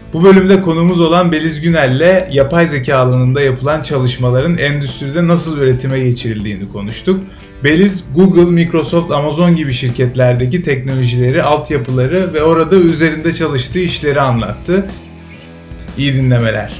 Bu bölümde konuğumuz olan Beliz Günel'le yapay zeka alanında yapılan çalışmaların endüstride nasıl üretime geçirildiğini konuştuk. Beliz, Google, Microsoft, Amazon gibi şirketlerdeki teknolojileri, altyapıları ve orada üzerinde çalıştığı işleri anlattı. İyi dinlemeler.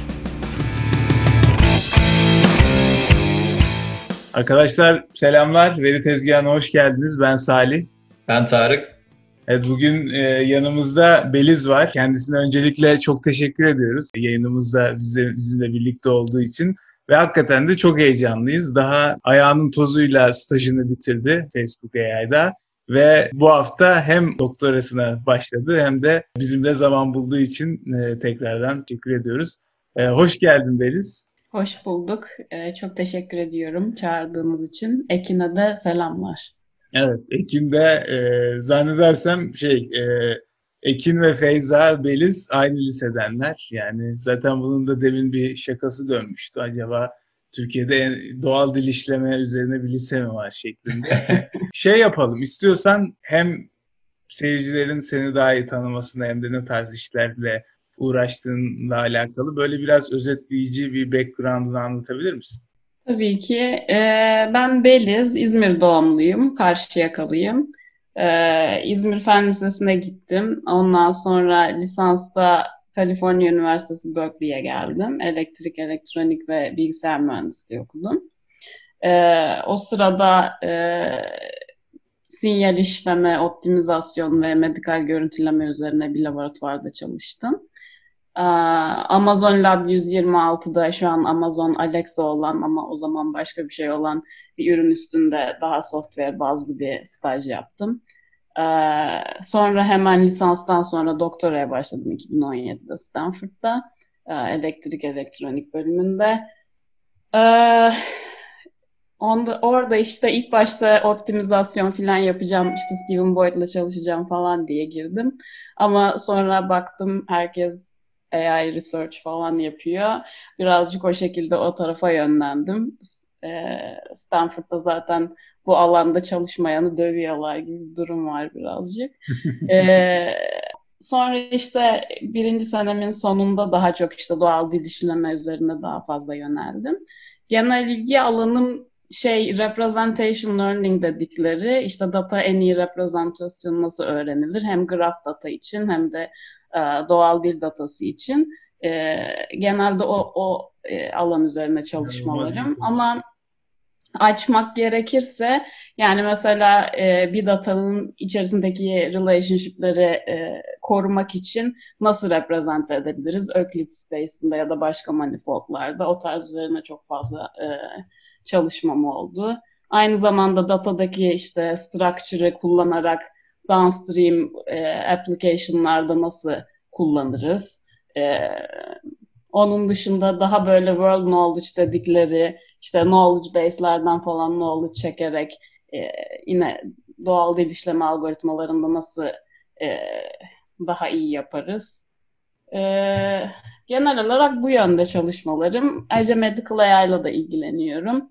Arkadaşlar selamlar, Veri Tezgahı'na hoş geldiniz. Ben Salih. Ben Tarık. Evet, bugün yanımızda Beliz var. Kendisine öncelikle çok teşekkür ediyoruz. Yayınımızda bizimle birlikte olduğu için. Ve hakikaten de çok heyecanlıyız. Daha ayağının tozuyla stajını bitirdi Facebook AI'da. Ve bu hafta hem doktorasına başladı hem de bizimle zaman bulduğu için tekrardan teşekkür ediyoruz. Hoş geldin Beliz. Hoş bulduk. Çok teşekkür ediyorum çağırdığınız için. Ekin'e de selamlar. Evet, Ekin'de zannedersem Ekin ve Feyza, Beliz aynı lisedenler. Yani zaten bunun da demin bir şakası dönmüştü. Acaba Türkiye'de doğal dil işleme üzerine bir lise mi var şeklinde. Yapalım, istiyorsan hem seyircilerin seni daha iyi tanımasına hem de ne tarz işlerle uğraştığınla alakalı böyle biraz özetleyici bir background'unu anlatabilir misin? Tabii ki. Ben Beliz, İzmir doğumluyum, Karşıyakalıyım. İzmir Fen Lisesi'ne gittim. Ondan sonra lisansta Kaliforniya Üniversitesi Berkeley'ye geldim. Elektrik, elektronik ve bilgisayar mühendisliği okudum. O sırada sinyal işleme, optimizasyon ve medikal görüntüleme üzerine bir laboratuvarda çalıştım. Amazon Lab 126'da şu an Amazon Alexa olan ama o zaman başka bir şey olan bir ürün üstünde daha software bazlı bir staj yaptım. Sonra hemen lisanstan sonra doktoraya başladım 2017'de Stanford'da. Elektrik elektronik bölümünde. Orada işte ilk başta optimizasyon falan yapacağım, işte Stephen Boyd'la çalışacağım falan diye girdim. Ama sonra baktım herkes AI research falan yapıyor. Birazcık o şekilde o tarafa yönlendim. Stanford'da zaten bu alanda çalışmayanı dövüyorlar gibi bir durum var birazcık. Sonra işte birinci senemin sonunda daha çok işte doğal dil işleme üzerine daha fazla yöneldim. Genel ilgi alanım representation learning dedikleri, işte data en iyi reprezentasyon nasıl öğrenilir, hem graph data için hem de doğal dil datası için. Genelde o alan üzerine çalışmalarım. Ama açmak gerekirse, yani mesela bir datanın içerisindeki relationship'leri korumak için nasıl represent edebiliriz? Euclid Space'inde ya da başka manifoldlarda o tarz üzerine çok fazla çalışmam oldu. Aynı zamanda datadaki işte structure'ı kullanarak downstream application'larda nasıl kullanırız? Onun dışında daha böyle world knowledge dedikleri, işte knowledge base'lerden falan knowledge çekerek yine doğal dil işleme algoritmalarında nasıl daha iyi yaparız. Genel olarak bu yönde çalışmalarım. Ayrıca medical AI'la da ilgileniyorum.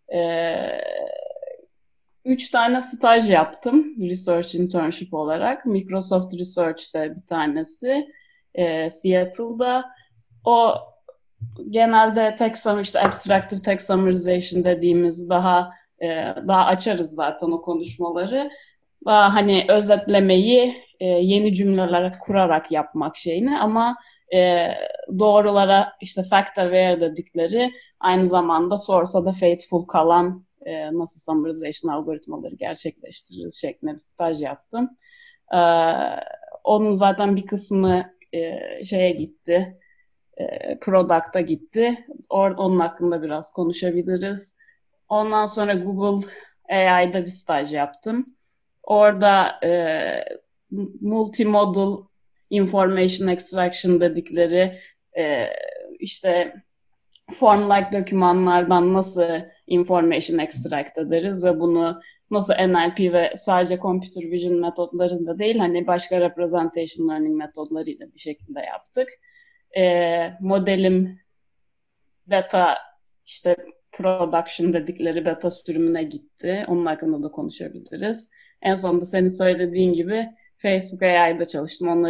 3 tane staj yaptım research internship olarak. Microsoft Research'te bir tanesi, Seattle'da. O genelde işte abstractive text summarization dediğimiz daha açarız zaten o konuşmaları. Daha hani özetlemeyi yeni cümleler kurarak yapmak şeyini, ama doğrulara işte fact aware dedikleri, aynı zamanda source'a da faithful kalan nasıl summarization algoritmaları gerçekleştiririz şeklinde bir staj yaptım. Onun zaten bir kısmı gitti. Product'a gitti. Onun hakkında biraz konuşabiliriz. Ondan sonra Google AI'da bir staj yaptım. Orada multimodal information extraction dedikleri işte form-like dokümanlardan nasıl information extract ederiz ve bunu nasıl NLP ve sadece computer vision metodlarında değil, hani başka representation learning metodlarıyla bir şekilde yaptık. Modelim beta, işte production dedikleri beta sürümüne gitti. Onun hakkında da konuşabiliriz. En sonunda senin söylediğin gibi Facebook AI'da çalıştım. Onların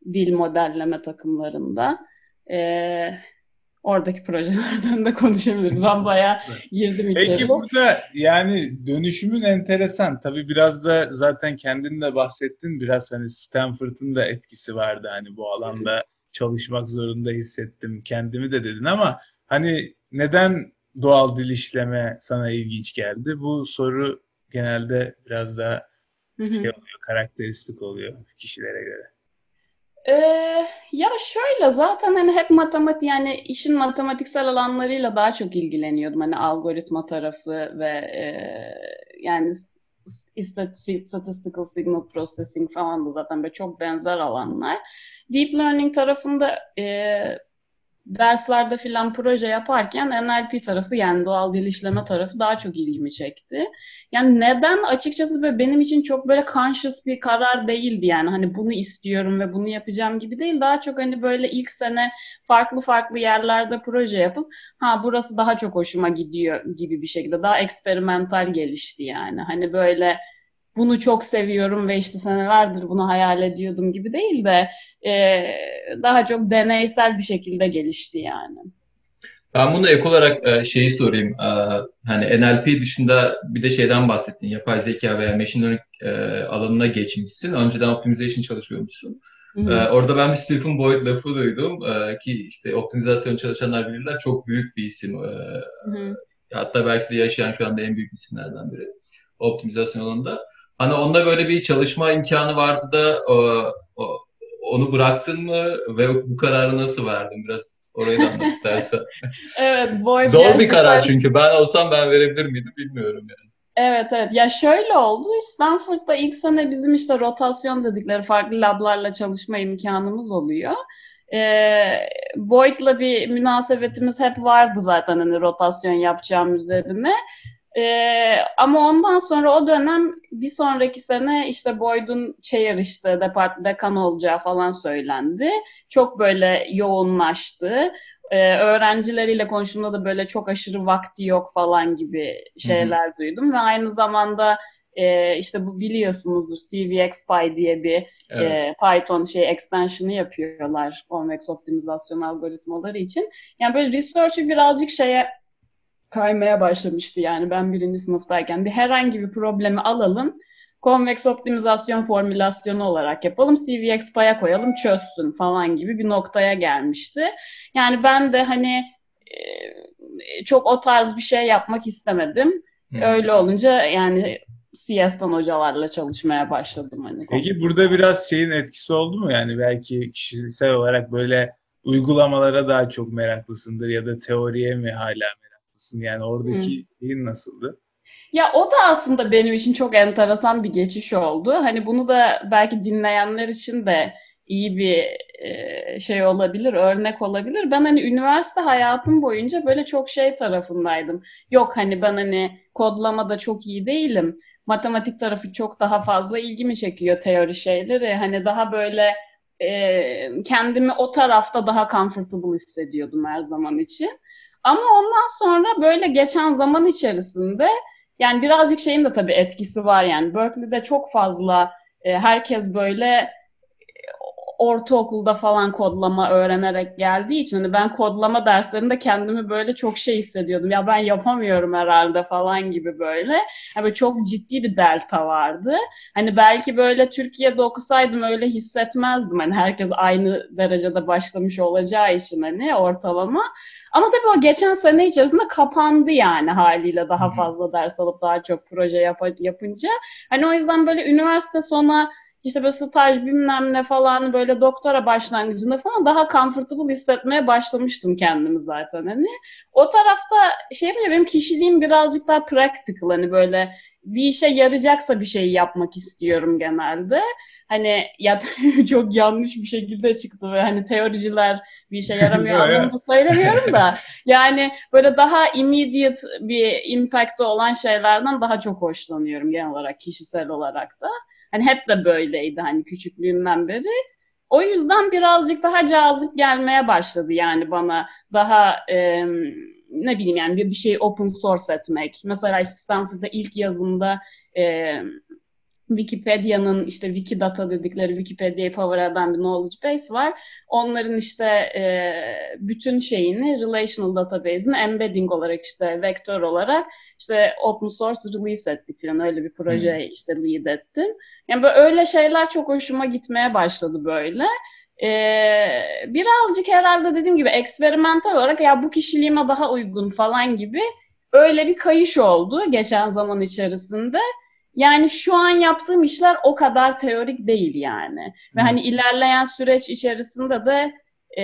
dil modelleme takımlarında. E, Oradaki projelerden de konuşabiliriz. Ben bayağı girdim içeri. Peki burada yani dönüşümün enteresan. Tabii biraz da zaten kendin de bahsettin. Biraz hani Stanford'ın da etkisi vardı. Hani bu alanda çalışmak zorunda hissettim kendimi de dedin ama hani neden doğal dil işleme sana ilginç geldi? Bu soru genelde biraz daha Hı şey hı. oluyor, karakteristik oluyor kişilere göre. Ee, Ya şöyle zaten hani hep matematik yani işin matematiksel alanlarıyla daha çok ilgileniyordum. Hani algoritma tarafı ve yani statistical signal processing falan da zaten böyle çok benzer alanlar. Deep learning tarafında derslerde filan proje yaparken NLP tarafı yani doğal dil işleme tarafı daha çok ilgimi çekti. Yani neden açıkçası böyle benim için çok böyle conscious bir karar değildi yani hani bunu istiyorum ve bunu yapacağım gibi değil. Daha çok hani böyle ilk sene farklı farklı yerlerde proje yapıp ha burası daha çok hoşuma gidiyor gibi bir şekilde daha eksperimental gelişti yani. Hani böyle bunu çok seviyorum ve işte senelerdir bunu hayal ediyordum gibi değil de daha çok deneysel bir şekilde gelişti yani. Ben bunu ek olarak şeyi sorayım. Hani NLP dışında bir de şeyden bahsettin. Yapay zeka veya machine learning alanına geçmişsin. Önceden optimization çalışıyormuşsun. Hı hı. Orada ben bir Stephen Boyd lafı duydum. Ki işte optimizasyon çalışanlar bilirler. Çok büyük bir isim. Hı hı. Hatta belki de yaşayan şu anda en büyük isimlerden biri. Optimizasyon alanında. Hani onda böyle bir çalışma imkanı vardı da o- onu bıraktın mı ve bu kararı nasıl verdin? Biraz orayı da anlat istersen. Evet, Boyd Zor bir karar gerçekten. çünkü. Ben olsam ben verebilir miydim bilmiyorum yani. Evet, evet. Ya şöyle oldu. Stanford'da ilk sene bizim işte rotasyon dedikleri farklı lablarla çalışma imkanımız oluyor. Boyd'la bir münasebetimiz hep vardı zaten hani rotasyon yapacağım üzerine. Ama ondan sonra o dönem bir sonraki sene işte Boyd'un chair işte dekan olacağı falan söylendi. Çok böyle yoğunlaştı. Öğrencileriyle konuştuğumda da böyle çok aşırı vakti yok falan gibi Hı hı. şeyler duydum ve aynı zamanda işte bu biliyorsunuzdur CVXPy diye bir Evet. Python extension'ı yapıyorlar convex optimizasyon algoritmaları için. Yani böyle research'ı birazcık kaymaya başlamıştı yani ben birinci sınıftayken bir herhangi bir problemi alalım konveks optimizasyon formülasyonu olarak yapalım CVXPy'a koyalım çözsün falan gibi bir noktaya gelmişti. Yani ben de hani çok o tarz bir şey yapmak istemedim. Hı hı. Öyle olunca yani CS'den hocalarla çalışmaya başladım hani Peki konveks. burada biraz şeyin etkisi oldu mu? Yani belki kişisel olarak böyle uygulamalara daha çok meraklısındır ya da teoriye mi hala meraklısın? Yani Hı. oradaki şeyin nasıldı? Ya o da aslında benim için çok enteresan bir geçiş oldu. Hani bunu da belki dinleyenler için de iyi bir şey olabilir, örnek olabilir. Ben hani üniversite hayatım boyunca böyle çok şey tarafındaydım. Yok hani ben hani kodlamada çok iyi değilim. Matematik tarafı çok daha fazla ilgimi çekiyor teori şeyleri. Hani daha böyle kendimi o tarafta daha comfortable hissediyordum her zaman için. Ama ondan sonra böyle geçen zaman içerisinde yani birazcık şeyin de tabii etkisi var yani. Berkeley'de çok fazla herkes böyle ortaokulda falan kodlama öğrenerek geldiği için hani ben kodlama derslerinde kendimi böyle çok hissediyordum. Ya ben yapamıyorum herhalde falan gibi böyle. Yani böyle çok ciddi bir delta vardı. Hani belki böyle Türkiye'de okusaydım öyle hissetmezdim. Hani herkes aynı derecede başlamış olacağı için hani ortalama. Ama tabii o geçen sene içerisinde kapandı yani haliyle Hı daha hı. fazla ders alıp daha çok proje yapınca. Hani o yüzden böyle üniversite sonu işte böyle staj bilmem ne falan böyle doktora başlangıcında falan daha comfortable hissetmeye başlamıştım kendimi zaten hani. O tarafta şey bile benim kişiliğim birazcık daha practical hani böyle bir işe yarayacaksa bir şey yapmak istiyorum genelde. Hani ya çok yanlış bir şekilde çıktı ve hani teoriciler bir işe yaramıyor Yok anlamında yok. söylemiyorum da yani böyle daha immediate bir impact'ı olan şeylerden daha çok hoşlanıyorum genel olarak kişisel olarak da. Hani hep de böyleydi hani küçüklüğümden beri. O yüzden birazcık daha cazip gelmeye başladı yani bana daha ne bileyim yani bir şey open source etmek. Mesela işte Stanford'da ilk yazımda e, Wikipedia'nın işte Wikidata dedikleri Wikipedia'yı power eden bir knowledge base var. Onların işte bütün şeyini relational database'in embedding olarak işte vektör olarak işte open source release ettik falan, öyle bir proje işte lead ettim. Yani böyle öyle şeyler çok hoşuma gitmeye başladı böyle. Birazcık herhalde dediğim gibi eksperimental olarak ya bu kişiliğime daha uygun falan gibi öyle bir kayış oldu geçen zaman içerisinde. Yani şu an yaptığım işler o kadar teorik değil yani. Ve hani ilerleyen süreç içerisinde de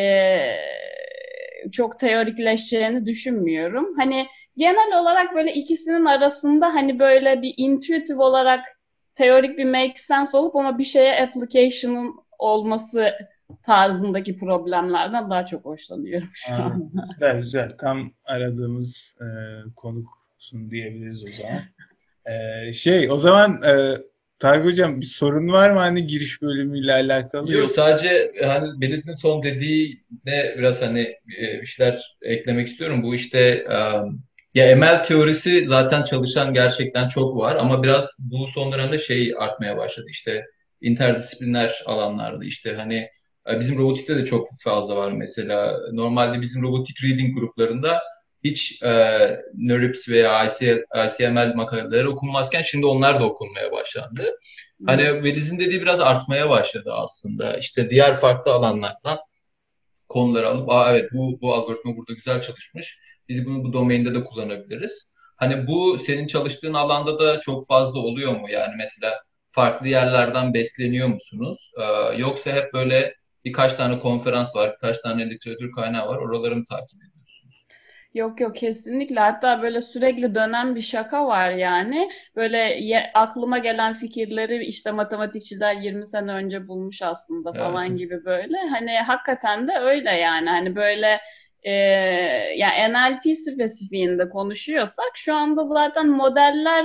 çok teorikleşeceğini düşünmüyorum. Hani genel olarak böyle ikisinin arasında hani böyle bir intuitive olarak teorik bir make sense olup ama bir şeye application'ın olması tarzındaki problemlerden daha çok hoşlanıyorum şu an. Güzel güzel. Tam aradığımız konuksun diyebiliriz o zaman. O zaman Tarık Hocam bir sorun var mı hani giriş bölümüyle alakalı? Yok, Yok. sadece hani Beliz'in son dediğine biraz hani bir şeyler eklemek istiyorum. Bu işte ya ML teorisi zaten çalışan gerçekten çok var ama biraz bu son dönemde şey artmaya başladı. İşte interdisipliner alanlarda işte hani bizim robotikte de çok fazla var mesela. Normalde bizim robotik reading gruplarında hiç NeurIPS veya ICML makaleleri okunmazken şimdi onlar da okunmaya başlandı. Hani Veliz'in dediği biraz artmaya başladı aslında. İşte diğer farklı alanlardan konuları alıp, evet bu algoritma burada güzel çalışmış. Biz bunu bu domainde de kullanabiliriz. Hani bu senin çalıştığın alanda da çok fazla oluyor mu? Yani mesela farklı yerlerden besleniyor musunuz? Yoksa hep böyle birkaç tane konferans var, birkaç tane literatür kaynağı var, oraları mı takip ediyorsunuz? Yok yok, kesinlikle, hatta böyle sürekli dönen bir şaka var yani. Böyle aklıma gelen fikirleri işte matematikçiler 20 sene önce bulmuş aslında Evet. falan gibi böyle. Hani hakikaten de öyle yani, hani böyle yani NLP spesifiğinde konuşuyorsak şu anda zaten modeller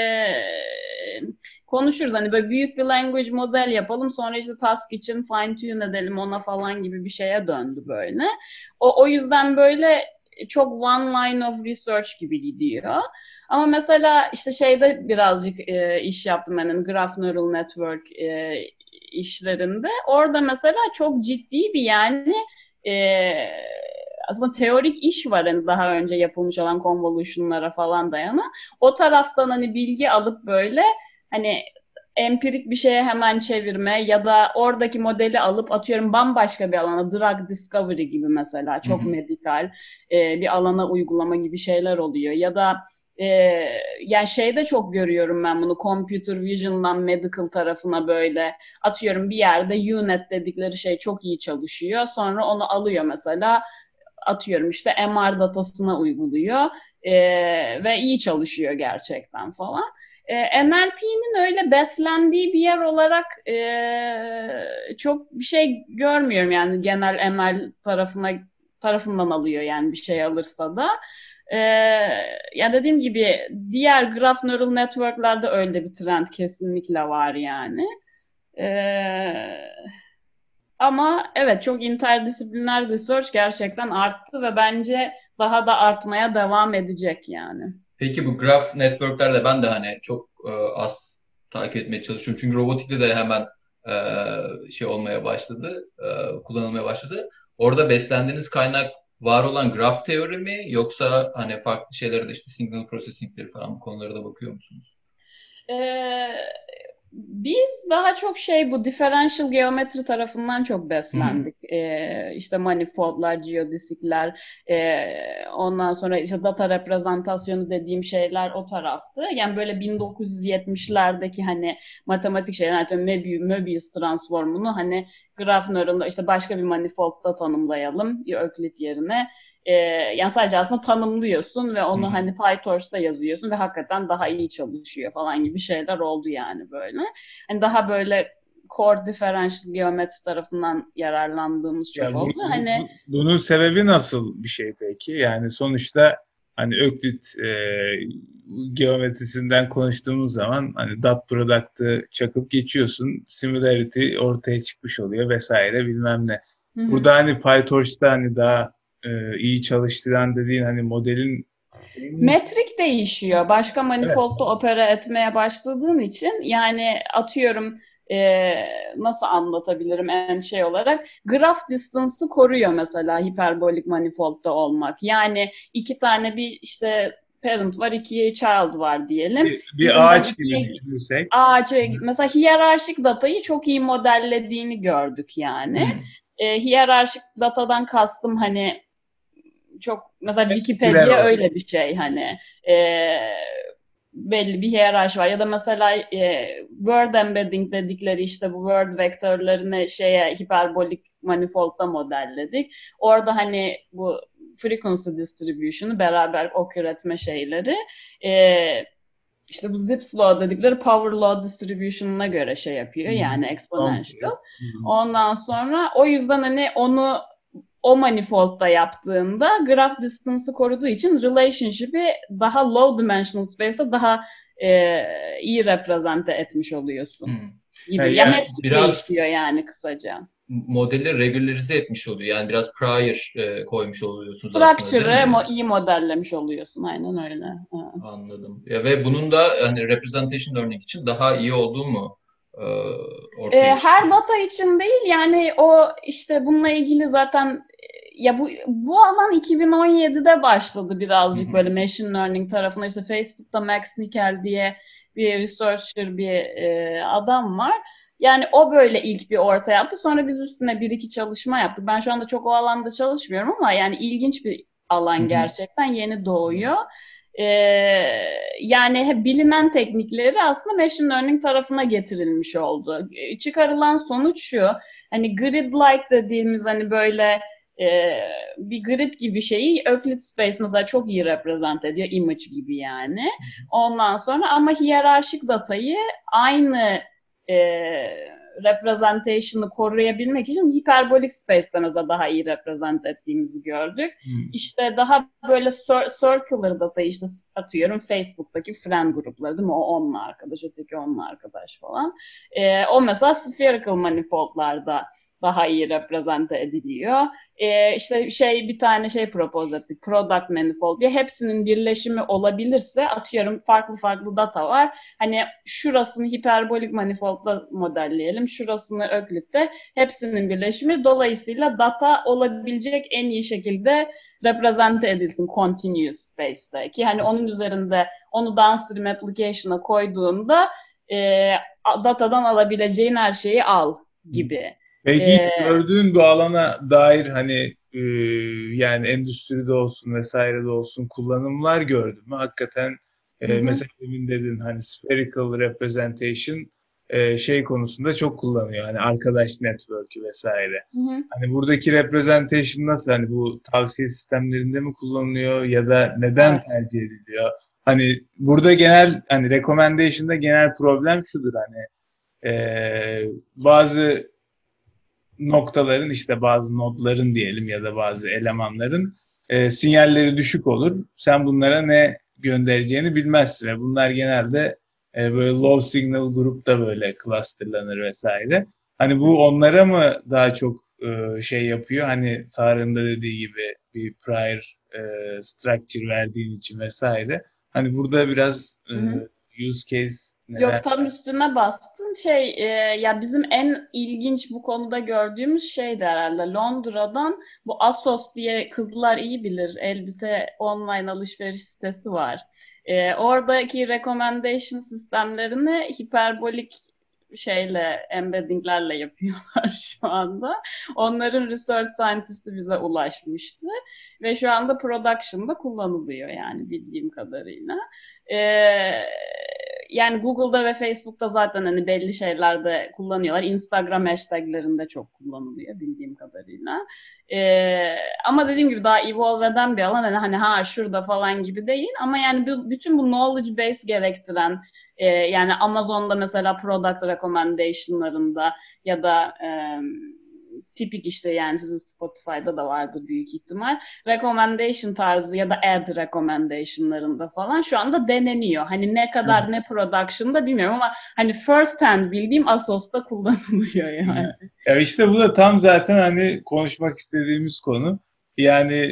konuşuruz. Hani böyle büyük bir language model yapalım sonra işte task için fine tune edelim ona falan gibi bir şeye döndü böyle. O yüzden böyle çok one line of research gibi gidiyor. Ama mesela işte şeyde birazcık iş yaptım ben, Graph Neural Network işlerinde. Orada mesela çok ciddi bir yani e, aslında teorik iş var hani daha önce yapılmış olan convolution'lara falan dayanan. O taraftan hani bilgi alıp böyle hani empirik bir şeye hemen çevirme ya da oradaki modeli alıp atıyorum bambaşka bir alana, drug discovery gibi mesela Hı çok hı. medikal bir alana uygulama gibi şeyler oluyor. Ya da e, yani şeyde çok görüyorum ben bunu, computer vision'dan medical tarafına böyle atıyorum bir yerde UNet dedikleri şey çok iyi çalışıyor. Sonra onu alıyor mesela atıyorum işte MR datasına uyguluyor ve iyi çalışıyor gerçekten falan. NLP'nin öyle beslendiği bir yer olarak çok bir şey görmüyorum yani, genel ML tarafından alıyor yani bir şey alırsa da. Ee, ya dediğim gibi diğer graph neural network'larda öyle bir trend kesinlikle var yani. Ee, ama evet, çok interdisipliner research gerçekten arttı ve bence daha da artmaya devam edecek yani. Peki bu graph networklerde ben de hani çok az takip etmeye çalışıyorum. Çünkü robotikte de hemen şey olmaya başladı, kullanılmaya başladı. Orada beslendiğiniz kaynak var olan graph teori mi yoksa hani farklı şeylere de işte signal processing'leri falan bu konulara da bakıyor musunuz? Ee, biz daha çok bu differential geometri tarafından çok Hmm. beslendik. İşte manifoldlar, geodesikler, ondan sonra işte data reprezentasyonu dediğim şeyler o taraftı. Yani böyle 1970'lerdeki hani matematik şeyler, yani Möbius transformunu hani graph nöronda işte başka bir manifoldla tanımlayalım Öklit yerine. Yani sadece aslında tanımlıyorsun ve Hı onu hı. hani PyTorch'ta yazıyorsun ve hakikaten daha iyi çalışıyor falan gibi şeyler oldu yani böyle. Hani daha böyle core differential geometri tarafından yararlandığımız çok Ya oldu. Hani bunun sebebi nasıl bir şey peki? Yani sonuçta hani Öklit geometrisinden konuştuğumuz zaman hani dot product'ı çakıp geçiyorsun. Similarity ortaya çıkmış oluyor vesaire bilmem ne. hı hı. Burada hani PyTorch'ta hani daha iyi çalıştıran dediğin hani modelin Metrik değişiyor. Başka Evet. manifoldda opera etmeye başladığın için yani atıyorum nasıl anlatabilirim en şey olarak graph distance'ı koruyor mesela hiperbolik manifoldda olmak. Yani iki tane bir işte parent var, iki child var diyelim. Bir Birinden ağaç gibi ikiye düşünürsek. mesela hiyerarşik datayı çok iyi modellediğini gördük yani. Hmm. Hiyerarşik datadan kastım hani çok mesela Wikipedia Level. öyle bir şey hani belli bir hiyerarşi var ya da mesela word embedding dedikleri işte bu word vektörlerini şeye hiperbolik manifoldda modelledik. Orada hani bu frequency distribution'ı beraber occur etme şeyleri işte bu Zipf's law dedikleri power law distribution'ına göre şey yapıyor yani exponential. Ondan sonra o yüzden hani onu o manifoldda yaptığında graph distance'ı koruduğu için relationship'i daha low dimensional space'te daha iyi reprezente etmiş oluyorsun gibi. Ya Yani metrik Biraz değişiyor yani kısaca. modeli regularize etmiş oluyor. Yani biraz prior koymuş oluyorsunuz aslında, değil Structure'ı mi? iyi modellemiş oluyorsun. Aynen öyle. Evet. Anladım. Ya ve bunun da hani representation learning için daha iyi olduğu mu e, ortaya Her çıkıyor? data için değil yani o işte bununla ilgili zaten ya bu alan 2017'de başladı Hı birazcık hı. böyle machine learning tarafına işte Facebook'ta Max Nickel diye bir researcher bir adam var. Yani o böyle ilk bir ortaya yaptı. Sonra biz üstüne bir iki çalışma yaptık. Ben şu anda çok o alanda çalışmıyorum ama yani ilginç bir Hı alan hı. gerçekten yeni doğuyor. Yani hep bilinen teknikleri aslında machine learning tarafına getirilmiş oldu. Çıkarılan sonuç şu, hani grid-like dediğimiz hani böyle bir grid gibi şeyi Euclid Space mesela çok iyi represent ediyor, image gibi yani. Ondan sonra ama hiyerarşik datayı aynı e, representation'ı koruyabilmek için hiperbolik space'te mesela daha iyi represent ettiğimizi gördük. İşte daha böyle circular datayı işte atıyorum Facebook'taki friend grupları değil mi? O onunla arkadaş, öteki onunla arkadaş falan. O mesela spherical manifoldlarda daha iyi reprezente ediliyor. İşte bir tane propose ettik. Product manifold diye hepsinin birleşimi olabilirse atıyorum farklı farklı data var. Hani şurasını hiperbolik manifoldla modelleyelim. Şurasını Euclid'de hepsinin birleşimi. Dolayısıyla data olabilecek en iyi şekilde reprezente edilsin continuous space'te. Ki hani onun üzerinde onu downstream application'a koyduğunda datadan alabileceğin her şeyi al gibi. Peki E, gördüğün bu alana dair hani yani endüstride olsun vesairede olsun kullanımlar gördün mü? Hakikaten hı hı, mesela demin dedin hani spherical representation şey konusunda çok kullanıyor. Hani arkadaş network'ü vesaire. hı hı. Hani buradaki representation nasıl? Hani bu tavsiye sistemlerinde mi kullanılıyor ya da neden Evet. tercih ediliyor? Hani burada genel hani recommendation'da genel problem şudur hani bazı noktaların işte bazı nodların diyelim ya da bazı elemanların sinyalleri düşük olur. Sen bunlara ne göndereceğini bilmezsin ve bunlar genelde böyle low signal grupta böyle clusterlanır vesaire. Hani bu onlara mı daha çok şey yapıyor? Hani Tarık'ın da dediği gibi bir prior structure verdiğin için vesaire. Hani burada biraz Hı hı. use case Yok neler? tam üstüne bastın. Ya bizim en ilginç bu konuda gördüğümüz şey de herhalde Londra'dan bu ASOS diye kızlar iyi bilir elbise online alışveriş sitesi var. Oradaki recommendation sistemlerini hiperbolik embeddinglerle yapıyorlar şu anda. Onların research scientist'i bize ulaşmıştı ve şu anda production'da kullanılıyor yani bildiğim kadarıyla. Ee, Yani Google'da ve Facebook'ta zaten hani belli şeylerde kullanıyorlar. Instagram hashtaglerinde çok kullanılıyor bildiğim kadarıyla. Ama dediğim gibi daha evolve eden bir alan. Hani ha şurada falan gibi değil. Ama yani bütün bu knowledge base gerektiren yani Amazon'da mesela product recommendation'larında ya da tipik işte yani sizin Spotify'da da vardır büyük ihtimal. Recommendation tarzı ya da ad recommendation'larında falan şu anda deneniyor. Hani ne kadar ne production'da bilmiyorum ama hani first hand bildiğim Asos'ta kullanılıyor yani. Ya işte bu da tam zaten hani konuşmak istediğimiz konu. Yani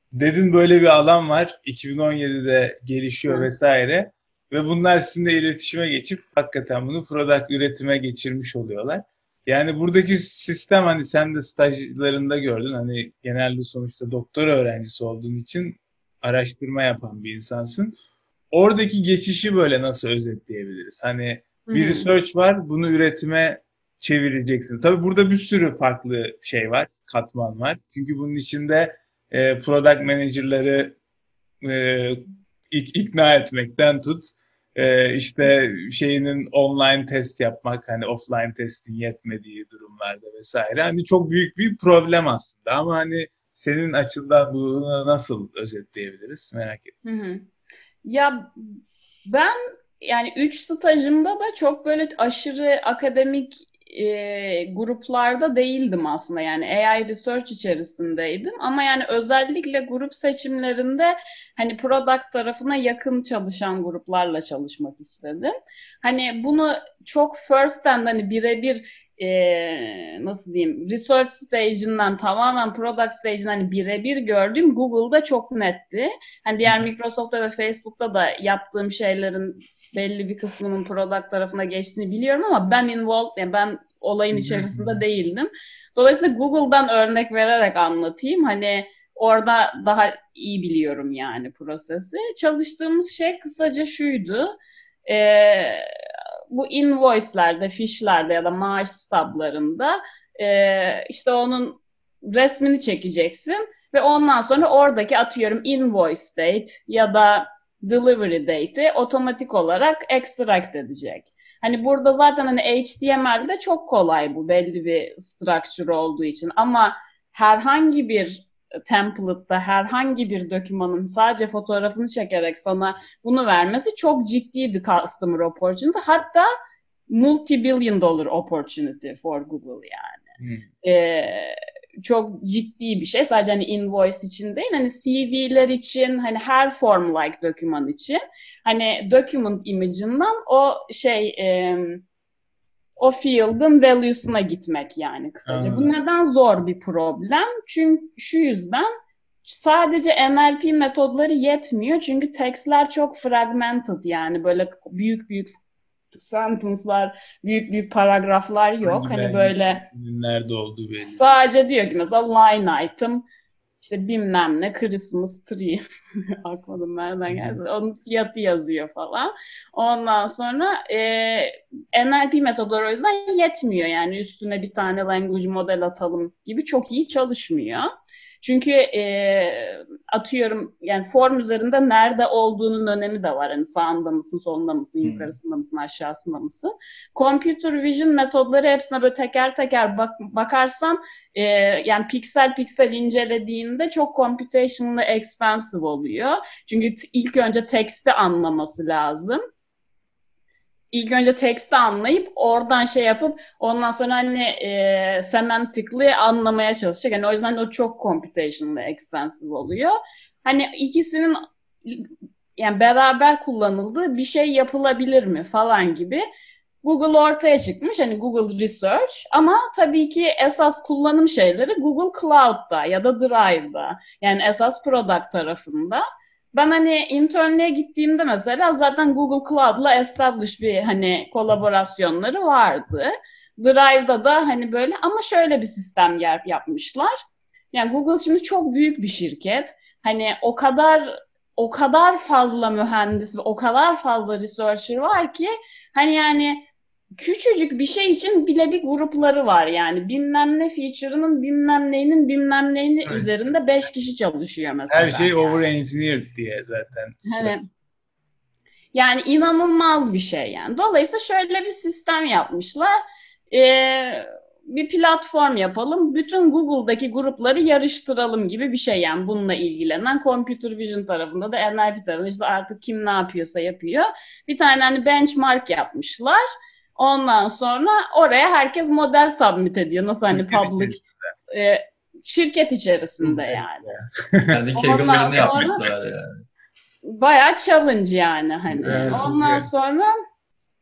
Dedin böyle bir alan var. 2017'de gelişiyor Hı. vesaire. Ve bunlar sizinle iletişime geçip hakikaten bunu product üretime geçirmiş oluyorlar. Yani buradaki sistem, hani sen de stajlarında gördün, hani genelde sonuçta doktora öğrencisi olduğun için araştırma yapan bir insansın. Oradaki geçişi böyle nasıl özetleyebiliriz? Hani Hı bir hı. research var, bunu üretime çevireceksin. Tabii burada bir sürü farklı şey var, katman var. Çünkü bunun içinde product manager'ları e, ikna etmekten tut, işte şeyinin online test yapmak, hani offline testin yetmediği durumlarda vesaire. Hani çok büyük bir problem aslında, ama hani senin açından bunu nasıl özetleyebiliriz merak ettim. Hı hı. Ya ben yani 3 stajımda da çok böyle aşırı akademik gruplarda değildim aslında. Yani AI research içerisindeydim. Ama yani özellikle grup seçimlerinde hani product tarafına yakın çalışan gruplarla çalışmak istedim. Hani bunu çok first hand hani birebir nasıl diyeyim research stage'inden tamamen product stage'inden hani birebir gördüğüm Google'da çok netti. Hani diğer Microsoft'ta ve Facebook'ta da yaptığım şeylerin belli bir kısmının product tarafına geçtiğini biliyorum ama yani ben olayın içerisinde değildim. Dolayısıyla Google'dan örnek vererek anlatayım. Hani orada daha iyi biliyorum yani prosesi. Çalıştığımız şey kısaca şuydu. Ee, Bu invoice'lerde, fişlerde ya da maaş stublarında işte onun resmini çekeceksin ve ondan sonra oradaki atıyorum invoice date ya da delivery date'i otomatik olarak extract edecek. Hani burada zaten hani HTML'de çok kolay bu belli bir structure olduğu için ama herhangi bir template'da herhangi bir dokümanın sadece fotoğrafını çekerek sana bunu vermesi çok ciddi bir customer opportunity. Hatta multi-billion dollar opportunity for Google yani. Çok ciddi bir şey. Sadece hani invoice için değil, hani CV'ler için, hani her form like doküman için. Hani document image'ından o field'ın value'suna gitmek yani kısaca. Bu Anladım. neden zor bir problem? Çünkü şu yüzden sadece NLP metodları yetmiyor. Çünkü textler çok fragmented yani böyle büyük büyük sentence'lar, büyük büyük paragraflar yok. Hangi Hani belgenin böyle nerede olduğu belli değil. sadece diyor ki mesela line item işte bilmem ne Christmas tree aklıma nereden gelsin onun fiyatı yazıyor falan. Ondan sonra NLP metodları o yüzden yetmiyor yani üstüne bir tane language model atalım gibi çok iyi çalışmıyor. Çünkü atıyorum yani form üzerinde nerede olduğunun önemi de var. Hani sağında mısın, solunda mısın, yukarısında mısın, aşağısında mısın? Computer vision metodları hepsine böyle teker teker bakarsan yani piksel piksel incelediğinde çok computationally expensive oluyor. Çünkü ilk önce teksti anlaması lazım. İlk önce teksti anlayıp oradan şey yapıp ondan sonra hani semantically anlamaya çalışacak. Yani o yüzden o çok computationally expensive oluyor. Hani ikisinin yani beraber kullanıldığı bir şey yapılabilir mi falan gibi. Google ortaya çıkmış hani Google Research ama tabii ki esas kullanım şeyleri Google Cloud'da ya da Drive'da yani esas product tarafında. Ben hani internliğe gittiğimde mesela zaten Google Cloud'la established bir hani kolaborasyonları vardı. Drive'da da hani böyle ama şöyle bir sistem yapmışlar. Yani Google şimdi çok büyük bir şirket. Hani o kadar fazla mühendis ve o kadar fazla researcher var ki hani yani küçücük bir şey için bile bir grupları var yani bilmem ne feature'ının bilmem neyinin bilmem neyini Evet. üzerinde 5 kişi çalışıyor Her mesela şey over yani. engineered diye zaten Hani yani inanılmaz bir şey yani. Dolayısıyla şöyle bir sistem yapmışlar. Bir platform yapalım. Bütün Google'daki grupları yarıştıralım gibi bir şey yani bununla ilgilenen Computer Vision tarafında da NLP tarafında işte artık kim ne yapıyorsa yapıyor. Bir tane hani benchmark yapmışlar. Ondan sonra oraya herkes model submit ediyor. Nasıl hani şirket public içerisinde. e, şirket içerisinde Çok garip yani. ya. Kendi Ondan kegamelerini sonra yapmışlar yani. bayağı challenge yani hani. Evet, çok Ondan garip. sonra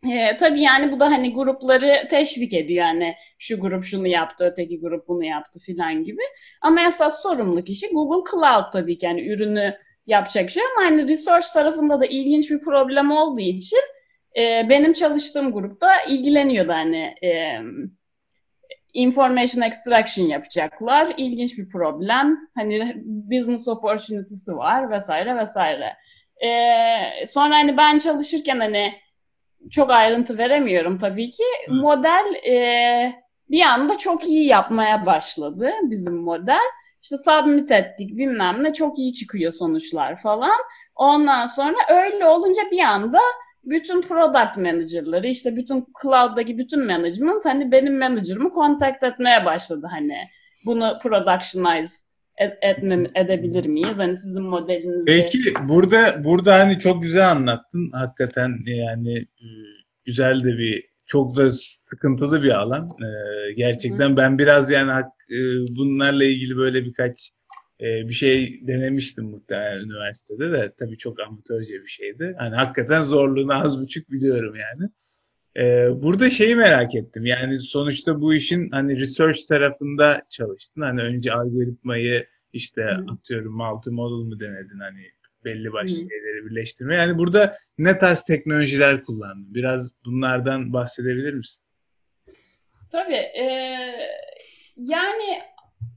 Tabii yani bu da hani grupları teşvik ediyor. Yani şu grup şunu yaptı, öteki grup bunu yaptı filan gibi. Ama esas sorumlu kişi Google Cloud tabii ki. Yani ürünü yapacak şey ama hani research tarafında da ilginç bir problem olduğu için benim çalıştığım grupta ilgileniyordu hani information extraction yapacaklar. İlginç bir problem. Hani business opportunity'si var vesaire vesaire. Sonra hani ben çalışırken hani çok ayrıntı veremiyorum tabii ki. Model bir anda çok iyi yapmaya başladı bizim model. İşte submit ettik bilmem ne çok iyi çıkıyor sonuçlar falan. Ondan sonra öyle olunca bir anda bütün product manager'ları işte bütün cloud'daki bütün management hani benim manager'ımı contact etmeye başladı hani bunu productionize edebilir miyiz? Hani sizin modelinizi. Peki burada hani çok güzel anlattın hakikaten yani güzel de çok da sıkıntılı bir alan. Gerçekten ben biraz yani bunlarla ilgili böyle birkaç bir şey denemiştim muhtemelen üniversitede de tabii çok amatörce bir şeydi. Hani hakikaten zorluğunu az buçuk biliyorum yani. Burada şeyi merak ettim. Yani sonuçta bu işin hani research tarafında çalıştın. Hani önce algoritmayı işte atıyorum multimodal mı denedin hani belli başlı şeyleri birleştirme. Yani burada ne tarz teknolojiler kullandın? Biraz bunlardan bahsedebilir misin? Tabii. Yani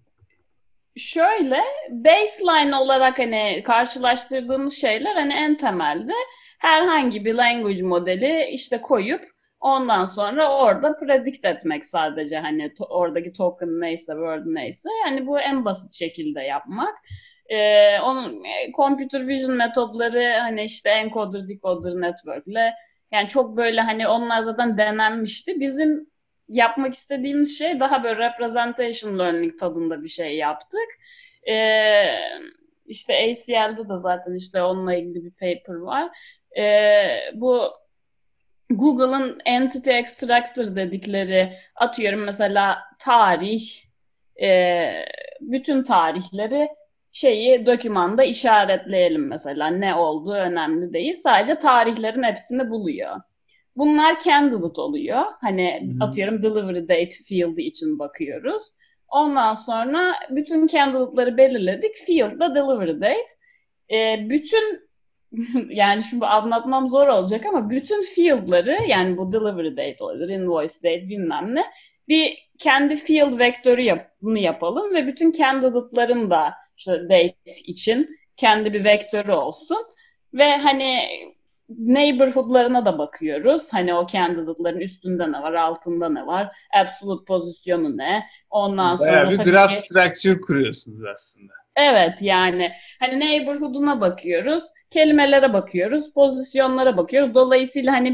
şöyle baseline olarak hani karşılaştırdığımız şeyler hani en temelde herhangi bir language modeli işte koyup ondan sonra orada predict etmek sadece hani oradaki token neyse word neyse yani bu en basit şekilde yapmak. Onun computer vision metodları hani işte encoder decoder network'le yani çok böyle hani onlar zaten denenmişti. Bizim yapmak istediğimiz şey daha böyle representation learning tadında bir şey yaptık. İşte ACL'de de zaten işte onunla ilgili bir paper var. Bu Google'ın Entity Extractor dedikleri atıyorum mesela tarih bütün tarihleri dokümanda işaretleyelim mesela ne olduğu önemli değil. Sadece tarihlerin hepsini buluyor. Bunlar candidate oluyor. Hani atıyorum delivery date field'i için bakıyoruz. Ondan sonra bütün candidate'ları belirledik. Field'da delivery date. Bütün yani şimdi anlatmam zor olacak ama bütün field'ları yani bu delivery date olabilir, invoice date bilmem ne bir kendi field vektörü yapalım ve bütün candidate'ların da işte date için kendi bir vektörü olsun ve hani neighborhood'larına da bakıyoruz. Hani o candidate'ların üstünde ne var, altında ne var, absolute pozisyonu ne. Ondan Bayağı sonra bir tabii graph structure kuruyorsunuz aslında. evet yani hani neighborhood'una bakıyoruz, kelimelere bakıyoruz, pozisyonlara bakıyoruz. Dolayısıyla hani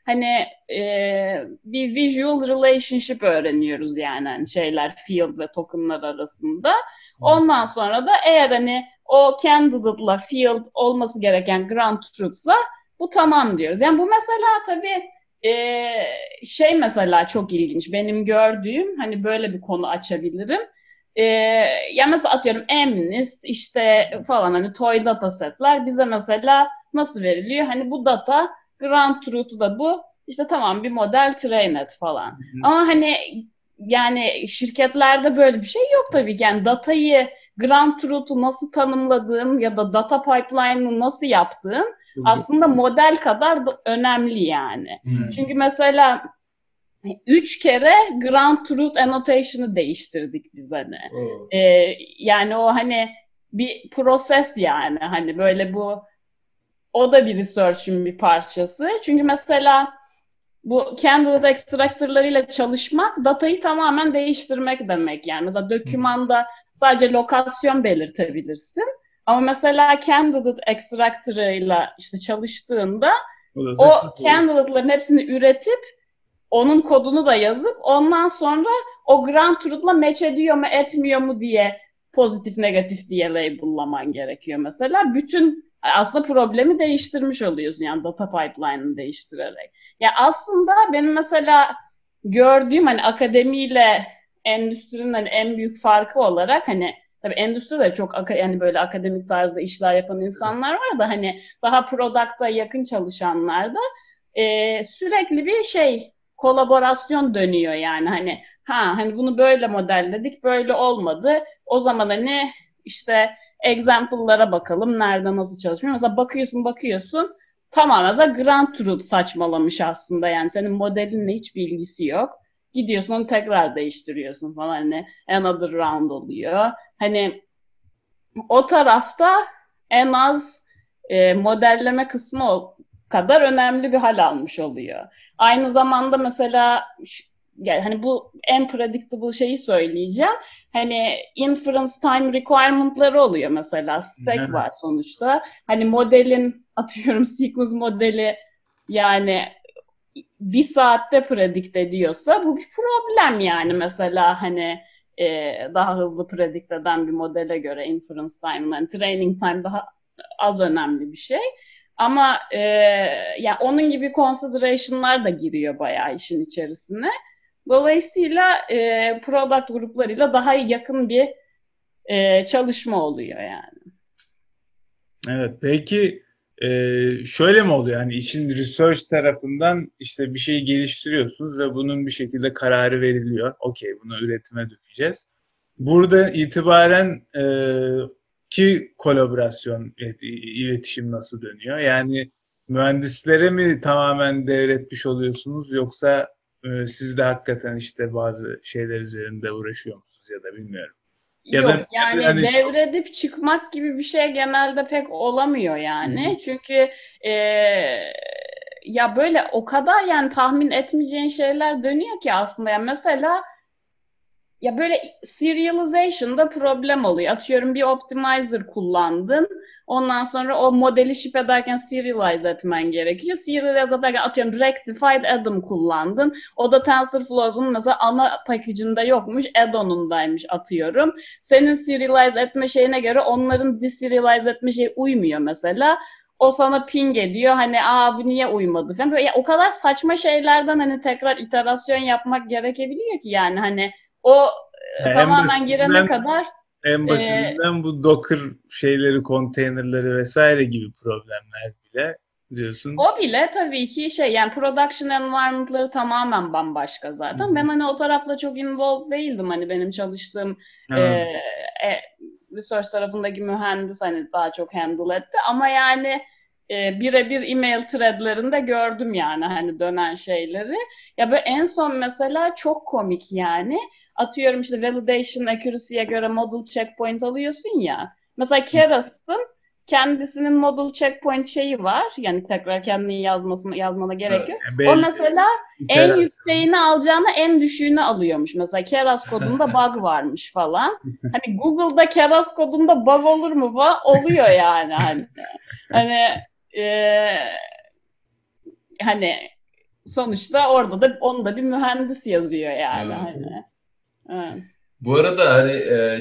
bir visual relationship öğreniyoruz yani hani şeyler field ve tokenlar arasında. Ondan sonra da eğer hani o candidate'la field olması gereken ground truth'sa bu tamam diyoruz. Yani bu mesela tabii mesela çok ilginç. Benim gördüğüm hani böyle bir konu açabilirim. Ya mesela atıyorum Mnist işte falan hani toy datasetler bize mesela nasıl veriliyor? Hani bu data ground truth'u da bu. İşte tamam bir model train et falan. Ama hani yani şirketlerde böyle bir şey yok tabii ki. Yani datayı ground truth'u nasıl tanımladığım ya da data pipeline'ı nasıl yaptığım aslında model kadar da önemli yani. Çünkü mesela 3 kere ground truth annotation'ı değiştirdik biz hani. Yani o hani bir proses yani hani böyle o da bir research'ın bir parçası. Çünkü mesela bu candidate extractor'larıyla çalışmak datayı tamamen değiştirmek demek yani. Mesela dokümanda sadece lokasyon belirtebilirsin. Ama mesela candidate extractor'ıyla işte çalıştığında o candidate'ların hepsini üretip onun kodunu da yazıp ondan sonra o ground truth'la match ediyor mu etmiyor mu diye pozitif negatif diye label'laman gerekiyor mesela. Bütün aslında problemi değiştirmiş oluyorsun yani data pipeline'ını değiştirerek. Ya aslında benim mesela gördüğüm hani akademiyle endüstrinin hani en büyük farkı olarak hani tabii endüstride çok yani böyle akademik tarzda işler yapan insanlar var da hani daha product'a yakın çalışanlar da sürekli bir kolaborasyon dönüyor yani hani bunu böyle modelledik, böyle olmadı. O zaman hani işte example'lara bakalım nerede nasıl çalışmıyor. Mesela bakıyorsun tamamen mesela Grand Truth saçmalamış aslında yani senin modelinle hiçbir ilgisi yok. Gidiyorsun onu tekrar değiştiriyorsun falan hani another round oluyor. Hani o tarafta en az modelleme kısmı o kadar önemli bir hal almış oluyor. Aynı zamanda mesela yani hani bu en predictable şeyi söyleyeceğim. Hani inference time requirement'ları oluyor mesela. Spec var Evet. sonuçta. Hani modelin atıyorum sequence modeli yani bir saatte predict ediyorsa bu bir problem yani mesela hani daha hızlı predict eden bir modele göre inference time, yani training time daha az önemli bir şey. Ama yani onun gibi consideration'lar da giriyor bayağı işin içerisine. Dolayısıyla product gruplarıyla daha yakın bir çalışma oluyor yani. Evet. Peki şöyle mi oluyor? Yani işin research tarafından işte bir şeyi geliştiriyorsunuz ve bunun bir şekilde kararı veriliyor. Okey, bunu üretime dökeceğiz. Burada itibaren ki kolaborasyon, iletişim nasıl dönüyor? Yani mühendislere mi tamamen devretmiş oluyorsunuz yoksa siz de hakikaten işte bazı şeyler üzerinde uğraşıyor musunuz ya da bilmiyorum. Yok Ya da yani hani çok. devredip çıkmak gibi bir şey genelde pek olamıyor Hı hı. yani. Çünkü ya böyle o kadar yani tahmin etmeyeceğin şeyler dönüyor ki aslında. Yani mesela ya böyle serialization'da problem oluyor. Atıyorum bir optimizer kullandın. Ondan sonra o modeli ship ederken serialize etmen gerekiyor. Serialize ederken atıyorum rectified add-on kullandın. O da TensorFlow'un mesela ana package'ında yokmuş. Add-on'undaymış atıyorum. Senin serialize etme şeyine göre onların deserialize etme şeyi uymuyor mesela. O sana ping ediyor. Hani bu niye uymadı falan. Böyle, ya, o kadar saçma şeylerden hani tekrar iterasyon yapmak gerekebiliyor ki yani hani o Yani en tamamen girene basitinden kadar en e, basitinden bu Docker şeyleri, konteynerleri vesaire gibi problemler bile diyorsun. o bile tabii ki yani production environment'ları tamamen bambaşka Hı zaten. Ben hı. hani o tarafla çok involved değildim. Hani benim çalıştığım Anladım. research tarafındaki mühendis hani daha çok handle etti. Ama yani birebir email threadlerinde gördüm yani hani dönen şeyleri. Ya böyle en son mesela çok komik yani. Atıyorum işte validation accuracy'ye göre model checkpoint alıyorsun ya. Mesela Keras'ın kendisinin model checkpoint şeyi var. Yani tekrar kendini yazmana gerek Evet. yok. Yani O belli mesela en iterasyon. yükseğini alacağına en düşüğünü alıyormuş. Mesela Keras kodunda bug varmış falan. Hani Google'da Keras kodunda bug olur mu falan? Oluyor yani hani. Hani e, hani sonuçta orada da onu da bir mühendis yazıyor yani Evet. hani. Evet. Bu arada hani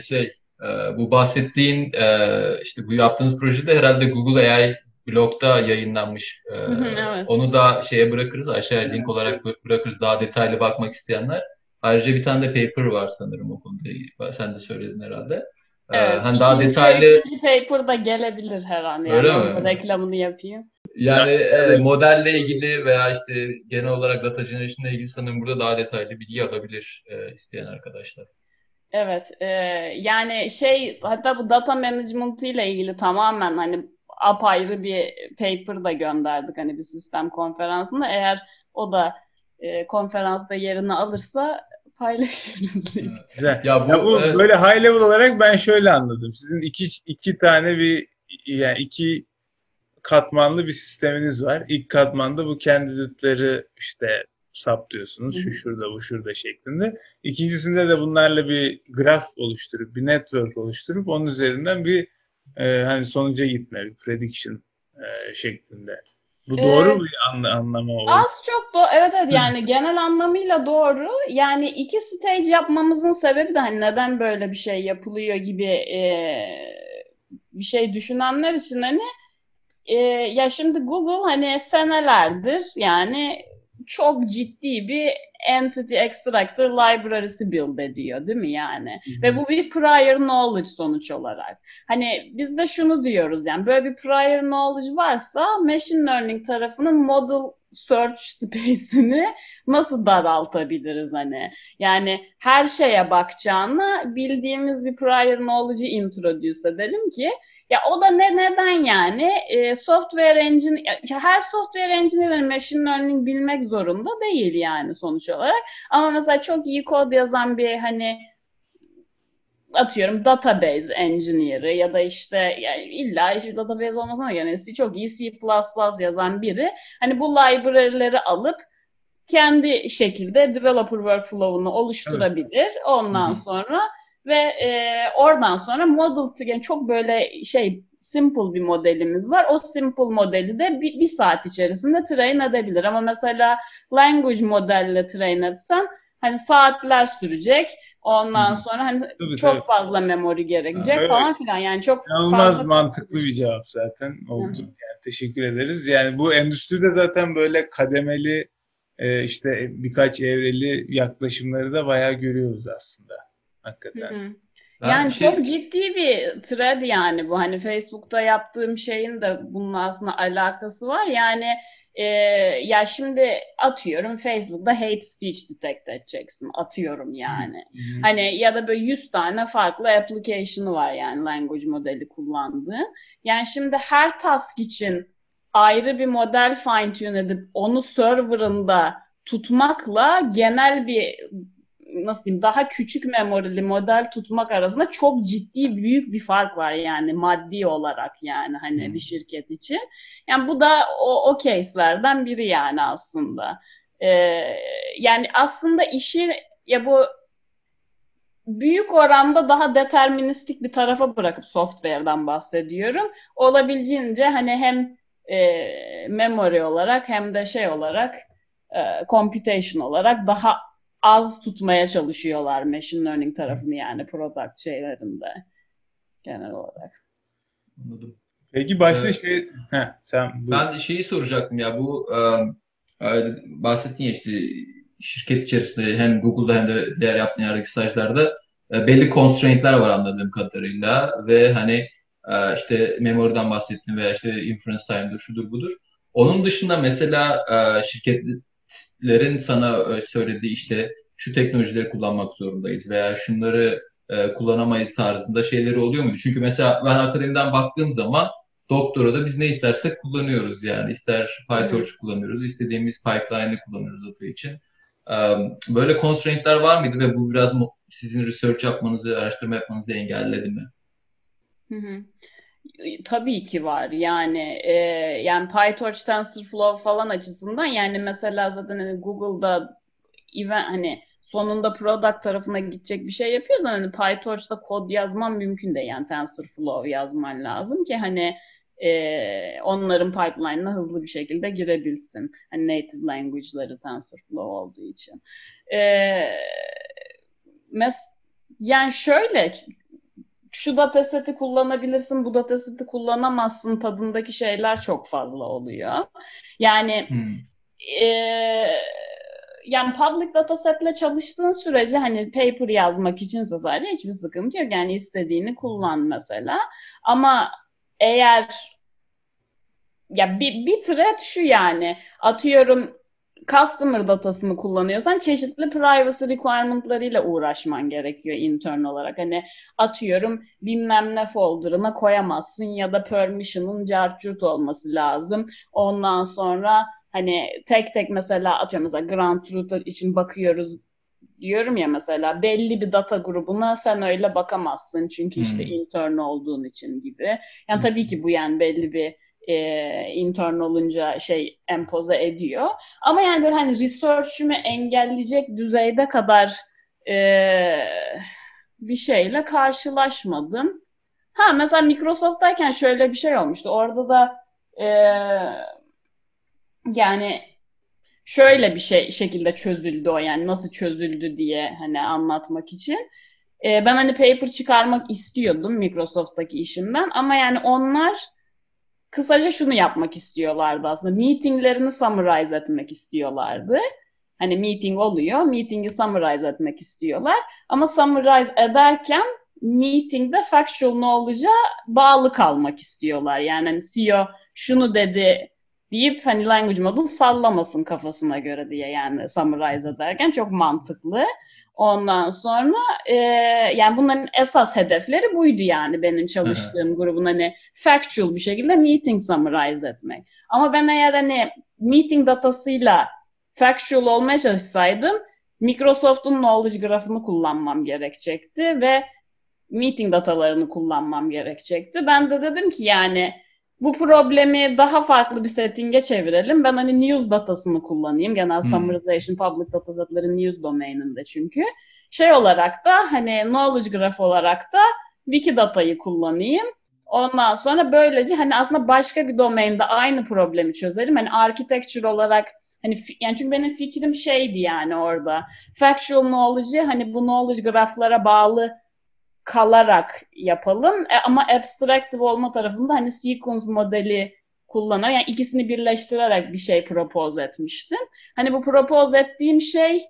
bu bahsettiğin işte bu yaptığınız projede herhalde Google AI blogda yayınlanmış. Evet. Onu da şeye bırakırız, aşağıya link Evet. olarak bırakırız daha detaylı bakmak isteyenler. Ayrıca bir tane de paper var sanırım o konuda ilgili. Sen de söyledin herhalde. Evet. Hani daha İkinci ve detaylı üçüncü paper da gelebilir her an öyle yani. Onun da mi? reklamını yapayım. Yani Evet. modelle ilgili veya işte genel olarak data generation ile ilgili sanırım burada daha detaylı bilgi alabilir isteyen arkadaşlar. Evet. Yani hatta bu data management ile ilgili tamamen hani apayrı bir paper da gönderdik hani bir sistem konferansında. Eğer o da konferansta yerini alırsa paylaşırız Evet. linkte. Güzel. Ya Ya bu bu böyle high level olarak ben şöyle anladım. Sizin iki tane yani iki katmanlı bir sisteminiz var. İlk katmanda bu candidate'ları işte saptıyorsunuz. Hı Şu hı. şurada, bu şurada şeklinde. İkincisinde de bunlarla bir graf oluşturup, bir network oluşturup onun üzerinden bir hani sonuca gitme, bir prediction şeklinde. Bu doğru Ee, bir anlama oldu. Az çok da evet yani genel anlamıyla doğru. Yani iki stage yapmamızın sebebi de hani neden böyle bir şey yapılıyor gibi bir şey düşünenler için hani ya şimdi Google hani senelerdir yani çok ciddi bir entity extractor library'si build ediyor değil mi yani? Hı Ve hı. bu bir prior knowledge sonuç olarak. Hani biz de şunu diyoruz yani böyle bir prior knowledge varsa machine learning tarafının model search space'ini nasıl daraltabiliriz hani? Yani her şeye bakacağına bildiğimiz bir prior knowledge'ı introduce edelim ki ya o da neden yani? Software engineer, her software engineer machine learning bilmek zorunda değil yani sonuç olarak. Ama mesela çok iyi kod yazan bir hani atıyorum database engineer'ı ya da işte yani illa işte database olmasına yani çok iyi C++ yazan biri hani bu library'leri alıp kendi şekilde developer workflow'unu Evet. oluşturabilir. Hı Ondan hı. sonra ve oradan sonra model yani çok böyle simple bir modelimiz var. O simple modeli de bir saat içerisinde train edebilir. Ama mesela language modelle train etsen hani saatler sürecek. Hı Ondan hı. sonra hani Tabii tabii. çok fazla memory gerekecek Ha. Evet. falan filan. Yani çok İnanılmaz fazla mantıklı kastetmiş. bir cevap zaten Hı oldu. Yani teşekkür ederiz. Yani bu endüstride zaten böyle kademeli işte birkaç evreli yaklaşımları da bayağı görüyoruz aslında. Hakikaten. hı. Ben Yani çok şey ciddi bir trend yani bu. Hani Facebook'ta yaptığım şeyin de bununla aslında alakası var. Yani e, ya şimdi atıyorum Facebook'ta hate speech detect edeceksin. Atıyorum Hı yani. hı. Hani ya da böyle 100 tane farklı application'ı var yani language modeli kullandığın. Yani şimdi her task için ayrı bir model fine tune edip onu server'ında tutmakla genel bir nasıl diyeyim daha küçük memorili model tutmak arasında çok ciddi büyük bir fark var yani maddi olarak yani hani bir Hı. şirket için. Yani bu da o case'lerden biri yani aslında. Ee, yani aslında işi ya bu büyük oranda daha deterministik bir tarafa bırakıp software'dan bahsediyorum. Olabildiğince hani hem memory olarak hem de olarak computation olarak daha az tutmaya çalışıyorlar machine learning tarafını yani product şeylerinde genel olarak. Anladım. Peki başta Ee, sen buyur. Ben şeyi soracaktım ya bu bahsettin ya işte şirket içerisinde hem Google'da hem de diğer yaptığın yerdeki stajlarda belli constraint'ler var anladığım kadarıyla ve hani işte memory'den bahsettin veya işte inference time'dır şudur budur. Onun dışında mesela şirketlerin sana söylediği işte şu teknolojileri kullanmak zorundayız veya şunları kullanamayız tarzında şeyleri oluyor muydu? Çünkü mesela ben akademiden baktığım zaman doktora da biz ne istersek kullanıyoruz yani. İster Hı hı. PyTorch kullanıyoruz, istediğimiz pipeline'ı kullanıyoruz data için. Böyle constraint'ler var mıydı ve bu biraz sizin research yapmanızı, araştırma yapmanızı engelledi mi? Hı hı. Tabii ki var yani yani PyTorch, TensorFlow falan açısından yani mesela zaten hani Google'da event hani sonunda product tarafına gidecek bir şey yapıyorsan hani PyTorch'ta kod yazman mümkün değil yani TensorFlow yazman lazım ki hani onların pipeline'ına hızlı bir şekilde girebilsin. Hani native language'ları TensorFlow olduğu için. E, mes yani şöyle şu dataseti kullanabilirsin, bu dataseti kullanamazsın tadındaki şeyler çok fazla oluyor. Yani Hmm. e, yani public datasetle çalıştığın sürece hani paper yazmak içinse sadece hiçbir sıkıntı yok. Yani istediğini kullan mesela. Ama eğer ya bir thread şu yani atıyorum customer datasını kullanıyorsan çeşitli privacy requirement'larıyla uğraşman gerekiyor intern olarak. Hani atıyorum bilmem ne folder'ına koyamazsın ya da permission'ın cartcurt olması lazım. Ondan sonra hani tek tek mesela atıyorum mesela Grand Truth için bakıyoruz diyorum ya mesela belli bir data grubuna sen öyle bakamazsın çünkü işte Hmm. intern olduğun için gibi. Yani tabii ki bu yani belli bir intern olunca empoze ediyor. Ama yani böyle hani research'ümü engelleyecek düzeyde kadar e, bir şeyle karşılaşmadım. Ha mesela Microsoft'tayken şöyle bir şey olmuştu. Orada da e, yani şöyle bir şekilde çözüldü o yani nasıl çözüldü diye hani anlatmak için. Ben hani paper çıkarmak istiyordum Microsoft'taki işimden ama yani onlar kısaca şunu yapmak istiyorlardı aslında. Meetinglerini summarize etmek istiyorlardı. Hani meeting oluyor, meeting'i summarize etmek istiyorlar. Ama summarize ederken meetingde factual knowledge'a bağlı kalmak istiyorlar. Yani hani CEO şunu dedi deyip hani language model sallamasın kafasına göre diye, yani summarize ederken çok mantıklı. Ondan sonra yani bunların esas hedefleri buydu, yani benim çalıştığım grubun hani factual bir şekilde meeting summarize etmek. Ama ben eğer hani meeting datasıyla factual olmaya çalışsaydım Microsoft'un knowledge grafını kullanmam gerekecekti ve meeting datalarını kullanmam gerekecekti. Ben de dedim ki yani bu problemi daha farklı bir setting'e çevirelim. Ben hani news datasını kullanayım. Genel summarization, public data setleri news domaininde çünkü. Şey olarak da hani knowledge graph olarak da Wikidata'yı kullanayım. Ondan sonra böylece hani aslında başka bir domainde aynı problemi çözelim. Hani architecture olarak hani yani çünkü benim fikrim şeydi yani orada. Factual knowledge'ı hani bu knowledge graph'lara bağlı kalarak yapalım. Ama abstractive olma tarafında hani sequence modeli kullanarak, yani ikisini birleştirerek bir şey propose etmiştim. Hani bu propose ettiğim şey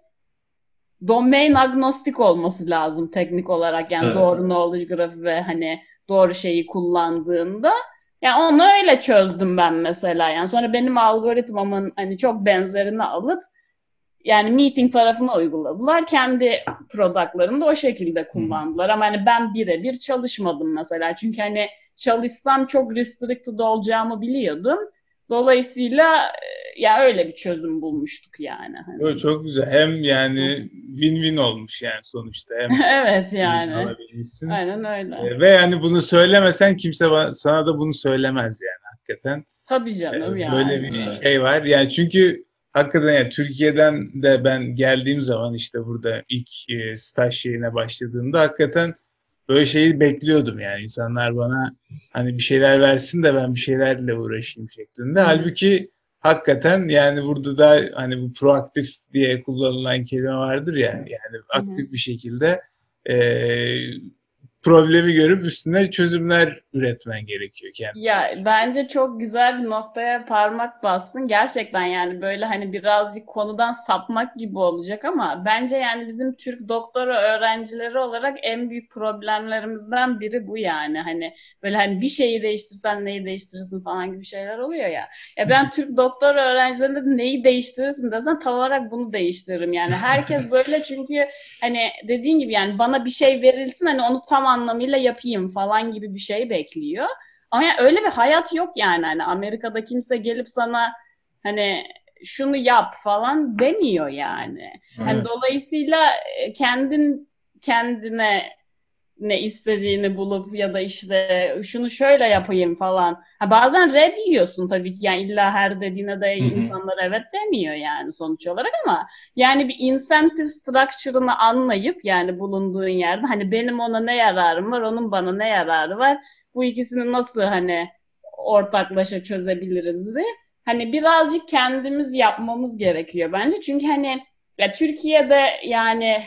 domain agnostik olması lazım teknik olarak, yani Evet. doğru knowledge graph ve hani doğru şeyi kullandığında. Yani onu öyle çözdüm ben mesela. Yani sonra benim algoritmamın hani çok benzerini alıp yani meeting tarafına uyguladılar. Kendi productlarını da o şekilde kullandılar. Ama hani ben birebir çalışmadım mesela. Çünkü hani çalışsam çok restricted olacağımı biliyordum. Dolayısıyla ya öyle bir çözüm bulmuştuk yani. Hani. Çok güzel. Hem yani win-win olmuş yani sonuçta. Hem Evet istediğini yani. alabilmişsin. Aynen öyle. Ve yani bunu söylemesen kimse sana da bunu söylemez yani hakikaten. Tabii canım Böyle yani. bir şey var. Yani çünkü hakikaten yani Türkiye'den de ben geldiğim zaman işte burada ilk staj şeyine başladığımda hakikaten böyle şeyi bekliyordum yani. İnsanlar bana hani bir şeyler versin de ben bir şeylerle uğraşayım şeklinde. Halbuki hakikaten yani burada da hani bu proaktif diye kullanılan kelime vardır ya, yani aktif bir şekilde e, problemi görüp üstüne çözümler üretmen gerekiyor kendisi. Ya bence çok güzel bir noktaya parmak bastın. Gerçekten yani böyle hani birazcık konudan sapmak gibi olacak ama bence yani bizim Türk doktora öğrencileri olarak en büyük problemlerimizden biri bu yani. Hani böyle hani bir şeyi değiştirsen neyi değiştirirsin falan gibi şeyler oluyor ya. Ya ben Türk doktora öğrencilerinde de neyi değiştirirsin desen tam olarak bunu değiştiririm. Yani herkes böyle çünkü hani dediğin gibi yani bana bir şey verilsin hani onu tam anlamıyla yapayım falan gibi bir şey bekliyor. Ama yani öyle bir hayat yok yani. Hani Amerika'da kimse gelip sana hani şunu yap falan demiyor yani. Hani dolayısıyla kendin kendine ne istediğini bulup ya da işte şunu şöyle yapayım falan. Ha, bazen red yiyorsun tabii ki, yani illa her dediğine de insanlar evet demiyor yani sonuç olarak, ama yani bir incentive structure'ını anlayıp yani bulunduğun yerde hani benim ona ne yararım var, onun bana ne yararı var, bu ikisini nasıl hani ortaklaşa çözebiliriz diye hani birazcık kendimiz yapmamız gerekiyor bence. Çünkü hani ya Türkiye'de yani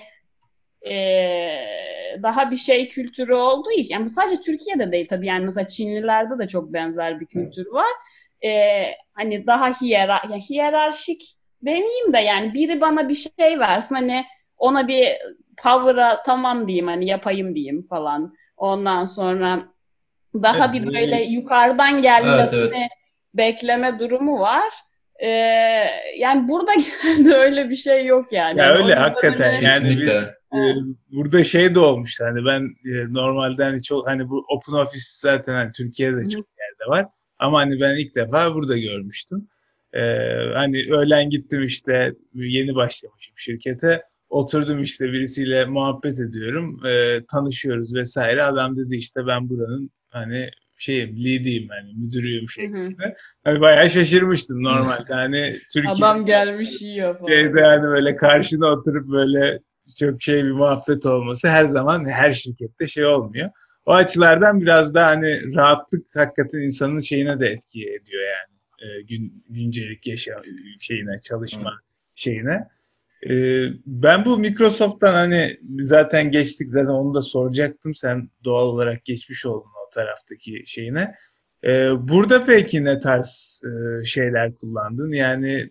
daha bir şey kültürü olduğu için, yani bu sadece Türkiye'de değil tabii, yani mesela Çinlilerde de çok benzer bir kültür var. Hani daha hiyerarşik demeyeyim de yani biri bana bir şey versin hani ona bir power'a tamam diyeyim, hani yapayım diyeyim falan. Ondan sonra Evet, daha bir böyle böyle bir yukarıdan Evet, evet. gelmesini bekleme durumu var. Ee, Yani burada genelde öyle bir şey yok yani. ya Hani o öyle yüzden hakikaten hani yani biz Kesinlikle. burada şey de olmuştu hani ben normalde hani çok hani bu Open Office zaten hani Türkiye'de çok yerde var ama hani ben ilk defa burada görmüştüm. E, Hani öğlen gittim işte yeni başlamışım şirkete, oturdum işte birisiyle muhabbet ediyorum, tanışıyoruz vesaire, adam dedi işte ben buranın hani lead'iyim, hani müdürüyüm hı hı. şeklinde. Hani bayağı şaşırmıştım normalde hani Türkiye'de Adam gelmiş yiyor şeyde falan. yani böyle karşına oturup böyle çok bir muhabbet olması her zaman her şirkette şey olmuyor. O açılardan biraz da hani rahatlık hakikaten insanın şeyine de etki ediyor yani. Güncelik şeyine, çalışma şeyine. Ben bu Microsoft'tan hani zaten geçtik, zaten onu da soracaktım. Sen doğal olarak geçmiş oldun o taraftaki şeyine. Burada peki ne tarz şeyler kullandın? Yani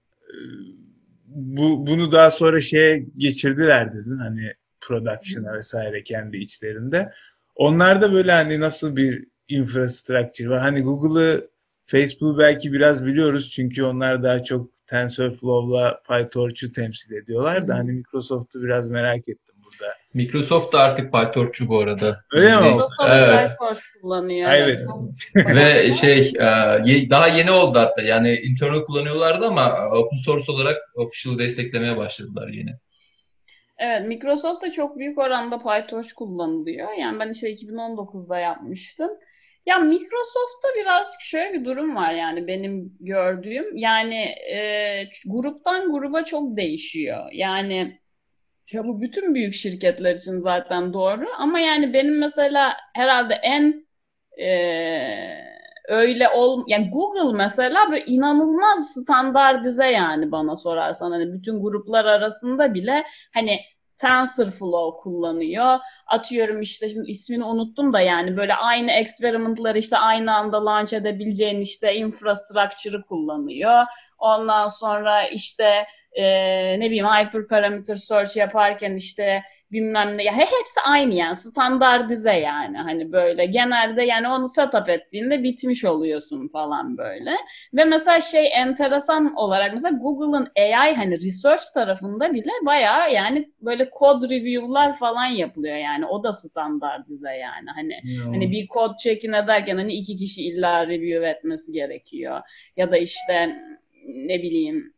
bunu daha sonra şeye geçirdiler dedin, hani production'a vesaire kendi içlerinde. Onlarda böyle hani nasıl bir infrastructure var? Hani Google'ı, Facebook'u belki biraz biliyoruz çünkü onlar daha çok TensorFlow'la PyTorch'u temsil ediyorlar da hani Microsoft'u biraz merak ettim burada. Microsoft da artık PyTorch'cu bu arada. Öyle mi? Microsoft Evet. PyTorch kullanıyor, evet. Kaybettim. Ve daha yeni oldu hatta. Yani internal kullanıyorlardı ama open source olarak official desteklemeye başladılar yeni. Evet, Microsoft'ta çok büyük oranda PyTorch kullanılıyor. Yani ben işte 2019'da yapmıştım. Ya Microsoft'ta birazcık şöyle bir durum var yani benim gördüğüm. Yani gruptan gruba çok değişiyor. Yani ya bu bütün büyük şirketler için zaten doğru. Ama yani benim mesela herhalde en yani Google mesela böyle inanılmaz standartize yani bana sorarsan hani bütün gruplar arasında bile hani TensorFlow kullanıyor. Atıyorum işte şimdi ismini unuttum da yani böyle aynı experiment'ları işte aynı anda launch edebileceğin işte infrastructure'ı kullanıyor. Ondan sonra işte ne bileyim hyperparameter search yaparken işte bilmem ne. Ya hepsi aynı yani standartize yani hani böyle genelde yani onu setup ettiğinde bitmiş oluyorsun falan böyle. Ve mesela şey enteresan olarak mesela Google'ın AI hani research tarafında bile bayağı yani böyle code review'lar falan yapılıyor yani o da standartize yani hani bir kod check-in ederken hani 2 kişi illa review etmesi gerekiyor ya da işte ne bileyim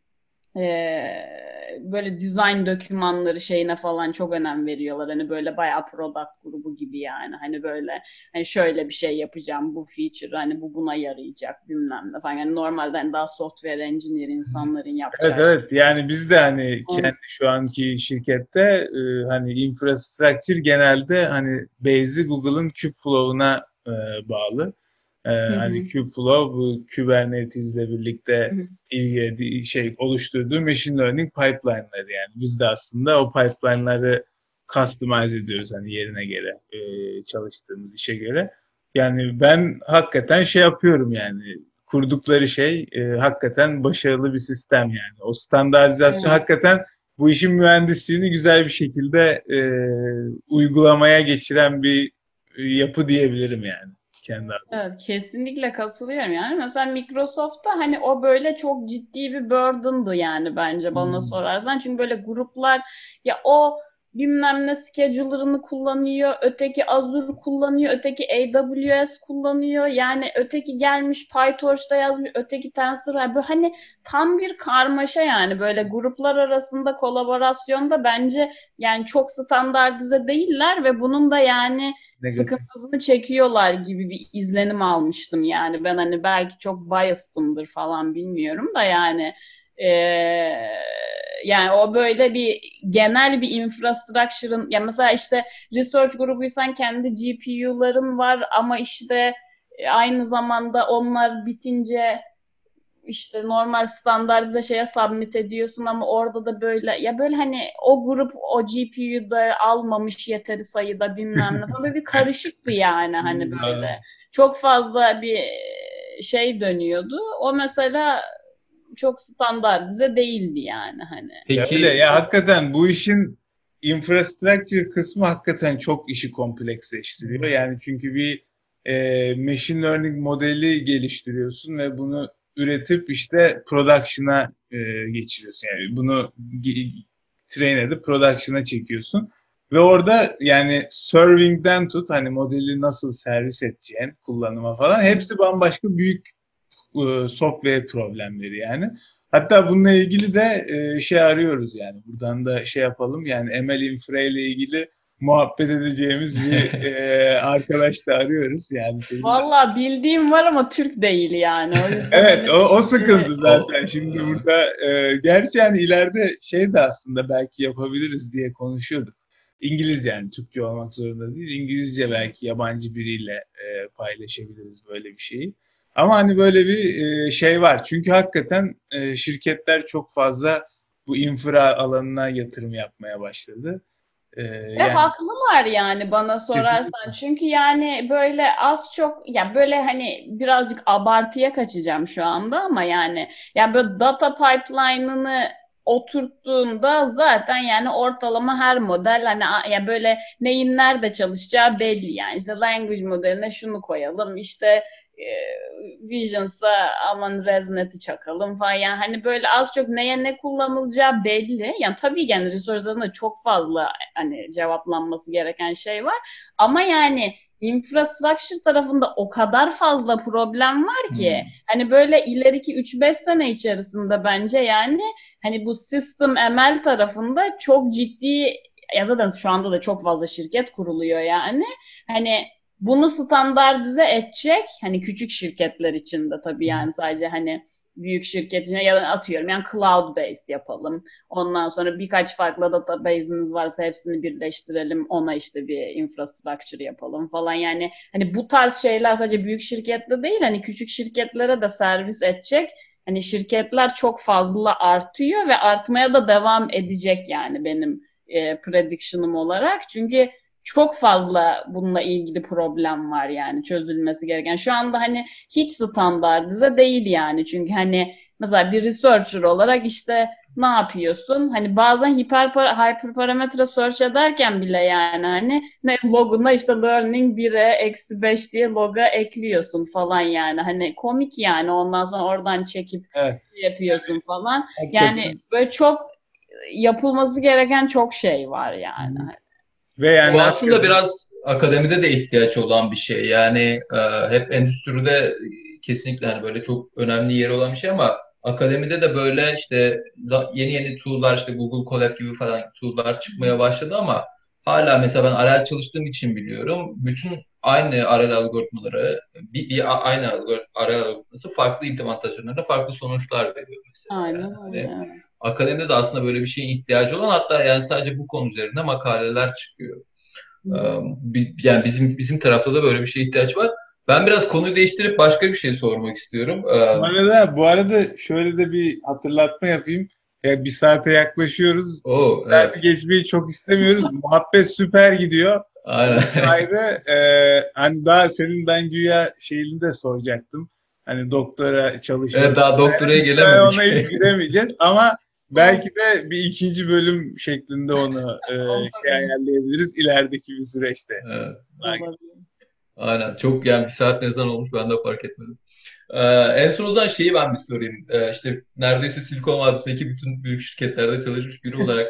böyle design dokümanları şeyine falan çok önem veriyorlar. Hani böyle bayağı product grubu gibi yani. Hani böyle hani şöyle bir şey yapacağım bu feature hani bu buna yarayacak bilmem ne falan. Yani normalde hani daha software engineer insanların Evet, yapacağı şey. evet, yani biz de hani kendi şu anki şirkette hani infrastructure genelde hani base'i Google'ın Kubeflow'una bağlı. Hı Hani hı. Kubeflow bu Kubernetes'le Hı birlikte hı. oluşturduğu machine learning pipeline'ları, yani biz de aslında o pipeline'ları customize ediyoruz hani yerine göre, çalıştığımız işe göre. Yani ben hakikaten şey yapıyorum, yani kurdukları şey hakikaten başarılı bir sistem yani. O standartizasyon Evet. hakikaten bu işin mühendisliğini güzel bir şekilde uygulamaya geçiren bir yapı diyebilirim yani kendi adıma. Evet, kesinlikle katılıyorum yani. Mesela Microsoft'ta hani o böyle çok ciddi bir burden'dı yani bence bana Hmm. sorarsan. Çünkü böyle gruplar ya o bilmem ne scheduler'ını kullanıyor, öteki Azure kullanıyor, öteki AWS kullanıyor. Yani öteki gelmiş PyTorch'ta yazmış, öteki TensorFlow. Böyle hani tam bir karmaşa yani böyle gruplar arasında kolaborasyonda bence yani çok standartize değiller ve bunun da yani Negatif. sıkıntısını çekiyorlar gibi bir izlenim almıştım yani ben hani belki çok biased'ımdır falan bilmiyorum da yani yani o böyle bir genel bir infrastructure'ın ya mesela işte research grubuysan kendi GPU'ların var ama işte aynı zamanda onlar bitince işte normal standartize şeye submit ediyorsun ama orada da böyle ya böyle hani o grup o GPU'da almamış yeteri sayıda bilmem ne falan böyle bir karışıktı yani hani böyle çok fazla bir şey dönüyordu. O mesela çok standartize değildi yani hani. Ya öyle Peki ya, hakikaten bu işin infrastructure kısmı hakikaten çok işi kompleksleştiriyor. Yani çünkü bir machine learning modeli geliştiriyorsun ve bunu üretip işte production'a geçiriyorsun. Yani bunu train edip production'a çekiyorsun. Ve orada yani serving'den tut hani modeli nasıl servis edeceğin kullanıma falan hepsi bambaşka büyük software problemleri yani. Hatta bununla ilgili de şey arıyoruz yani. Buradan da şey yapalım yani, ML infra ile ilgili muhabbet edeceğimiz bir arkadaş da arıyoruz. Yani senin. Valla bildiğim var ama Türk değil yani. O yüzden Evet, hani o sıkıntı o zaten. Şimdi burada gerçi yani ileride şey de aslında belki yapabiliriz diye konuşuyorduk. İngiliz, yani Türkçe olmak zorunda değil. İngilizce belki yabancı biriyle paylaşabiliriz böyle bir şeyi. Ama hani böyle bir şey var. Çünkü hakikaten şirketler çok fazla bu infra alanına yatırım yapmaya başladı. Ve Yani haklılar yani bana sorarsan. kesinlikle. Çünkü yani böyle az çok ya böyle hani birazcık abartıya kaçacağım şu anda ama yani böyle data pipeline'ını oturttuğunda zaten yani ortalama her model hani ya böyle neyin nerede çalışacağı belli yani. İşte language modeline şunu koyalım işte e, Visions'a aman ResNet'i çakalım falan yani hani böyle az çok neye ne kullanılacağı belli. Yani tabii ki yani resource'ların çok fazla hani cevaplanması gereken şey var. Ama yani infrastructure tarafında o kadar fazla problem var ki Hmm. hani böyle ileriki 3-5 sene içerisinde bence yani hani bu system ML tarafında çok ciddi ya zaten şu anda da çok fazla şirket kuruluyor yani. Hani bunu standartize edecek hani küçük şirketler için de tabii yani sadece hani büyük şirket için ya da atıyorum yani cloud based yapalım. Ondan sonra birkaç farklı database'iniz varsa hepsini birleştirelim. Ona işte bir infrastructure yapalım falan. Yani hani bu tarz şeyler sadece büyük şirkette değil hani küçük şirketlere de servis edecek. Hani şirketler çok fazla artıyor ve artmaya da devam edecek yani benim prediction'ım olarak. Çünkü çok fazla bununla ilgili problem var yani çözülmesi gereken. Şu anda hani hiç standartize değil yani. Çünkü hani mesela bir researcher olarak işte ne yapıyorsun? Hani bazen hyperparametre search ederken bile yani hani ne loguna işte learning 1'e eksi 5 diye loga ekliyorsun falan yani. Hani komik yani ondan sonra oradan çekip Evet, yapıyorsun falan. Yani hakikaten. böyle çok yapılması gereken çok şey var Hı yani. hı. Ve Bu yani aslında hakikaten biraz akademide de ihtiyaç olan bir şey. Yani hep endüstride kesinlikle hani böyle çok önemli yeri olan bir şey ama akademide de böyle işte yeni yeni tool'lar işte Google Colab gibi falan tool'lar çıkmaya başladı ama hala mesela ben RL çalıştığım için biliyorum. Bütün aynı RL algoritmaları aynı RL algoritması farklı implementasyonlarda farklı sonuçlar veriyor mesela. Yani Aynen hani öyle. Evet. akademide de aslında böyle bir şeye ihtiyacı olan hatta yani sadece bu konu üzerine makaleler çıkıyor. Hı hı. Yani bizim tarafta da böyle bir şeye ihtiyaç var. Ben biraz konuyu değiştirip başka bir şey sormak istiyorum. bu arada şöyle de bir hatırlatma yapayım. Ya bir saate yaklaşıyoruz. O Saati evet. geçmeyi çok istemiyoruz. Muhabbet süper gidiyor. Aynen. Orası ayrı. Hani daha senin ben güya şeyini de soracaktım. Hani doktora çalışma Evet, daha vesaire. doktoraya Muhtemelen ona gelemedik. hiç giremeyeceğiz ama belki Olsun. de bir ikinci bölüm şeklinde onu Olabilir. ayarlayabiliriz ilerideki bir süreçte. Evet, Olabilir. aynen. Çok yani bir saat ne zaman olmuş ben de fark etmedim. En son o zaman şeyi ben bir sorayım. İşte neredeyse Silikon Vadisi'ndeki bütün büyük şirketlerde çalışmış biri olarak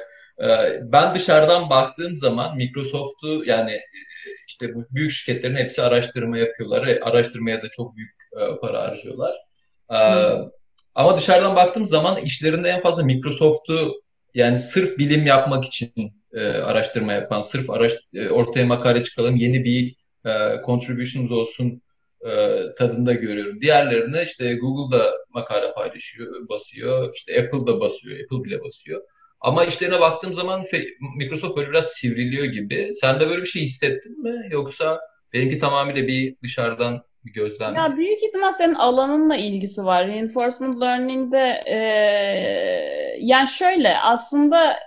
ben dışarıdan baktığım zaman Microsoft'u yani işte bu büyük şirketlerin hepsi araştırma yapıyorlar. Araştırmaya da çok büyük para harcıyorlar. E, Hı hı. Ama dışarıdan baktığım zaman işlerinde en fazla Microsoft'u yani sırf bilim yapmak için araştırma yapan, sırf ortaya makale çıkalım, yeni bir contributions olsun tadında görüyorum. Diğerlerine işte Google'da makale paylaşıyor, basıyor. İşte Apple'da basıyor, Apple bile basıyor. Ama işlerine baktığım zaman Microsoft böyle biraz sivriliyor gibi. Sen de böyle bir şey hissettin mi? Yoksa benimki tamamıyla bir dışarıdan bir gözlem mi? Ya büyük ihtimal senin alanınla ilgisi var. Reinforcement learning'de yani şöyle aslında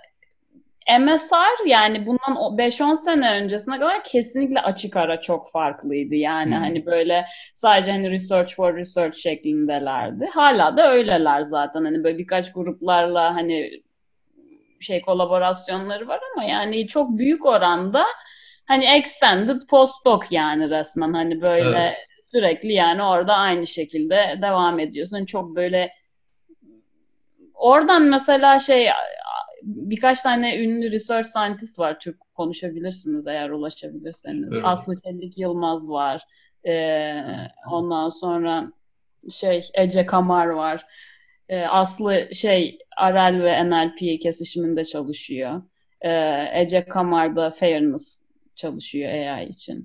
MSR yani bundan 5-10 sene öncesine kadar kesinlikle açık ara çok farklıydı. Yani Hmm. hani böyle sadece hani research for research şeklindelerdi. Hala da öyleler zaten. Hani böyle birkaç gruplarla hani şey kolaborasyonları var ama yani çok büyük oranda hani extended postdoc yani resmen hani böyle Evet. sürekli yani orada aynı şekilde devam ediyorsun. Hani çok böyle oradan mesela şey birkaç tane ünlü research scientist var. Türk konuşabilirsiniz eğer ulaşabilirseniz. Süper olur. Aslı Çelik Yılmaz var. Ondan sonra şey Ece Kamar var. Aslı şey RL ve NLP kesişiminde çalışıyor. Ece Kamar da Fairness çalışıyor AI için.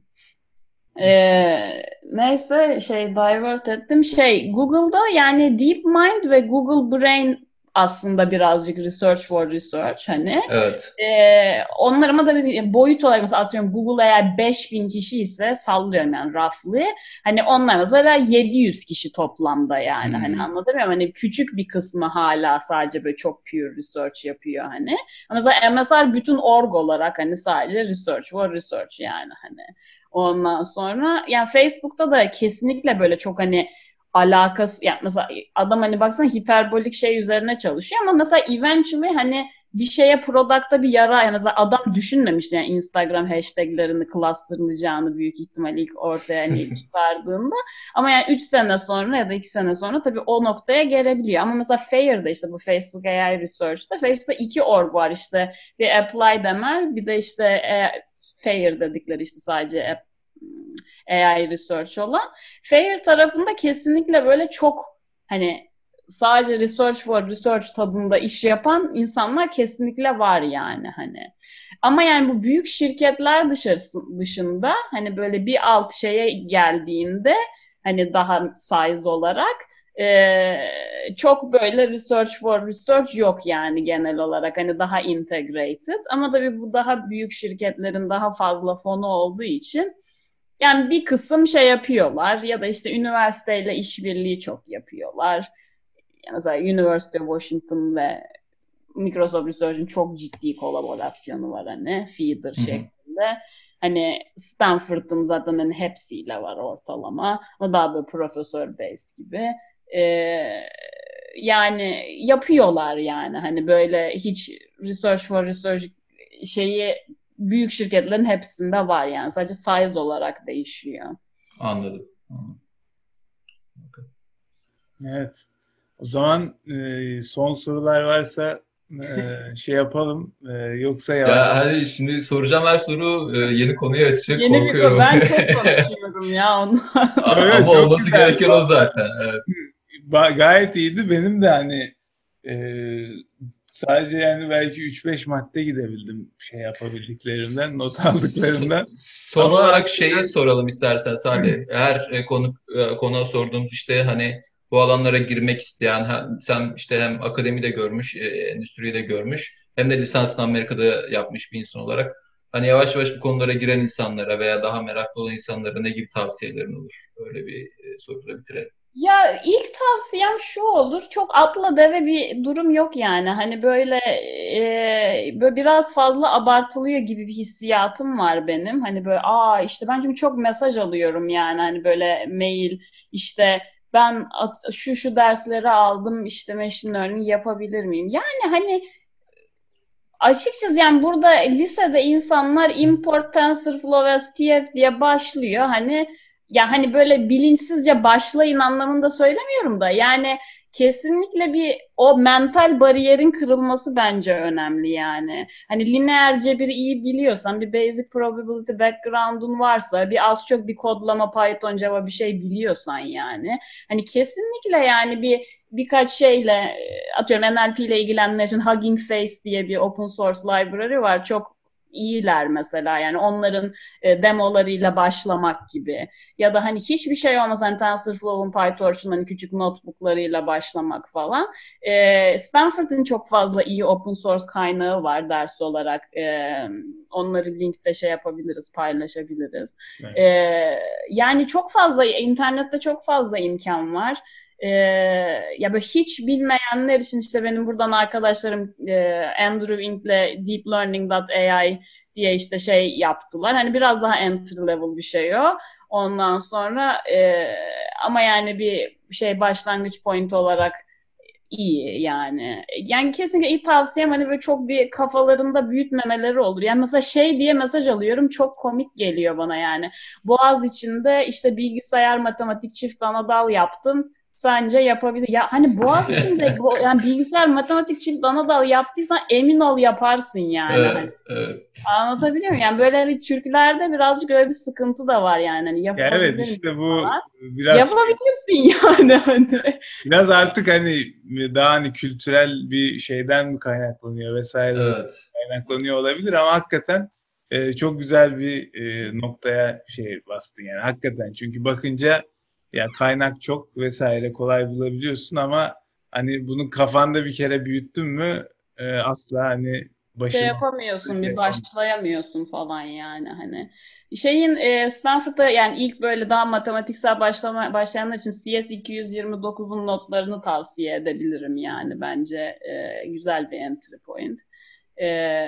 Neyse şey divert ettim. Şey Google'da yani DeepMind ve Google Brain aslında birazcık research for research hani. Evet. Onlar ama da bir boyut olarak mesela atıyorum Google eğer 5.000 kişi ise sallıyorum yani roughly. Hani onlar mesela 700 kişi toplamda yani hani anlatamıyorum hani küçük bir kısmı hala sadece böyle çok pure research yapıyor hani. Ama mesela MSR bütün org olarak hani sadece research for research yani hani. Ondan sonra yani Facebook'ta da kesinlikle böyle çok hani alakası yani mesela adam hani baksana hiperbolik şey üzerine çalışıyor ama mesela eventually hani bir şeye product'a bir yara yani mesela adam düşünmemişti yani Instagram hashtaglerini clusterlayacağını büyük ihtimal ilk ortaya hani ilk çıkardığında ama yani 3 sene sonra ya da 2 sene sonra tabii o noktaya gelebiliyor ama mesela FAIR'da işte bu Facebook AI Research'ta Facebook'ta 2 org var işte bir Applied ML bir de işte FAIR dedikleri işte sadece AI Research olan. FAIR tarafında kesinlikle böyle çok hani sadece research for research tadında iş yapan insanlar kesinlikle var yani hani. Ama yani bu büyük şirketler dışında hani böyle bir alt şeye geldiğinde hani daha size olarak çok böyle research for research yok yani genel olarak hani daha integrated ama tabii bu daha büyük şirketlerin daha fazla fonu olduğu için yani bir kısım şey yapıyorlar ya da işte üniversiteyle işbirliği çok yapıyorlar. Yani mesela University of Washington ve Microsoft Research'ın çok ciddi kolaborasyonu var hani feeder şeklinde. Hani Stanford'ın zaten hani hepsiyle var ortalama. O daha böyle profesör based gibi. Yani yapıyorlar yani hani böyle hiç research for research şeyi büyük şirketlerin hepsinde var yani. Sadece size olarak değişiyor. Anladım. Evet. O zaman son sorular varsa şey yapalım. Yoksa yavaş. Ya hani şimdi soracağım her soru yeni konuyu açacak, Yeni bir konu. korkuyorum. Ben çok konuşuyorum ya onu. Yok yok, Ama çok olması güzel. gereken o zaten. Evet. Gayet iyiydi. Benim de hani e, sadece yani belki 3-5 madde gidebildim şey yapabildiklerimden, not aldıklarımdan. Son Ama olarak şeyi hakikaten soralım istersen Salih. Her konuğa sorduğum işte hani bu alanlara girmek isteyen sen işte hem akademide görmüş, endüstriyi de görmüş hem de lisansını Amerika'da yapmış bir insan olarak hani yavaş yavaş bu konulara giren insanlara veya daha meraklı olan insanlara ne gibi tavsiyelerin olur? Öyle bir soruyla bitirelim. Ya ilk tavsiyem şu olur. Çok atla deve bir durum yok yani. Hani böyle biraz fazla abartılıyor gibi bir hissiyatım var benim. Hani böyle işte ben çünkü çok mesaj alıyorum yani. Hani böyle mail işte ben şu dersleri aldım işte machine learning yapabilir miyim? Yani hani açıkçası yani burada lisede insanlar import TensorFlow ve STF diye başlıyor. Hani ya hani böyle bilinçsizce başlayın anlamında söylemiyorum da yani kesinlikle bir o mental bariyerin kırılması bence önemli yani. Hani lineer cebiri iyi biliyorsan bir basic probability background'un varsa bir az çok bir kodlama Python Java bir şey biliyorsan yani. Hani kesinlikle yani birkaç şeyle atıyorum NLP ile ilgilenenler için Hugging Face diye bir open source library var. Çok iyiler mesela yani onların demolarıyla başlamak gibi ya da hani hiçbir şey olmaz hani TensorFlow'un PyTorch'un hani küçük notebooklarıyla başlamak falan. Stanford'ın çok fazla iyi open source kaynağı var ders olarak. Onları linkte şey yapabiliriz, paylaşabiliriz. evet. E, Yani çok fazla internette çok fazla imkan var. Ya böyle hiç bilmeyenler için işte benim buradan arkadaşlarım Andrew Ng'le deeplearning.ai diye işte şey yaptılar. Hani biraz daha entry level bir şey o. Ondan sonra ama yani bir şey başlangıç point olarak iyi yani. Yani kesinlikle iyi tavsiyem hani böyle çok bir kafalarında büyütmemeleri olur. Yani mesela şey diye mesaj alıyorum çok komik geliyor bana yani. Boğaz içinde işte bilgisayar matematik çift ana dal yaptım. Sence yapabilir. Ya hani Boğaz içinde yani bilgisayar matematik çift ana dal yaptıysan emin ol yaparsın yani hani. Evet. Anlatabiliyor muyum? Yani böyle hani Türklerde birazcık öyle bir sıkıntı da var yani. Hani Ya evet yapabilir miyim işte bu falan. biraz Yapabilirsin yani hani. biraz artık hani daha hani kültürel bir şeyden mi kaynaklanıyor vesaire Evet. kaynaklanıyor olabilir ama hakikaten çok güzel bir noktaya şey bastın yani hakikaten çünkü bakınca ya kaynak çok vesaire kolay bulabiliyorsun ama hani bunu kafanda bir kere büyüttün mü asla hani Şey başına yapamıyorsun, şey bir yapamam. başlayamıyorsun falan yani hani. Stanford'da yani ilk böyle daha matematiksel başlayanlar için CS 229'un notlarını tavsiye edebilirim yani bence güzel bir entry point. E,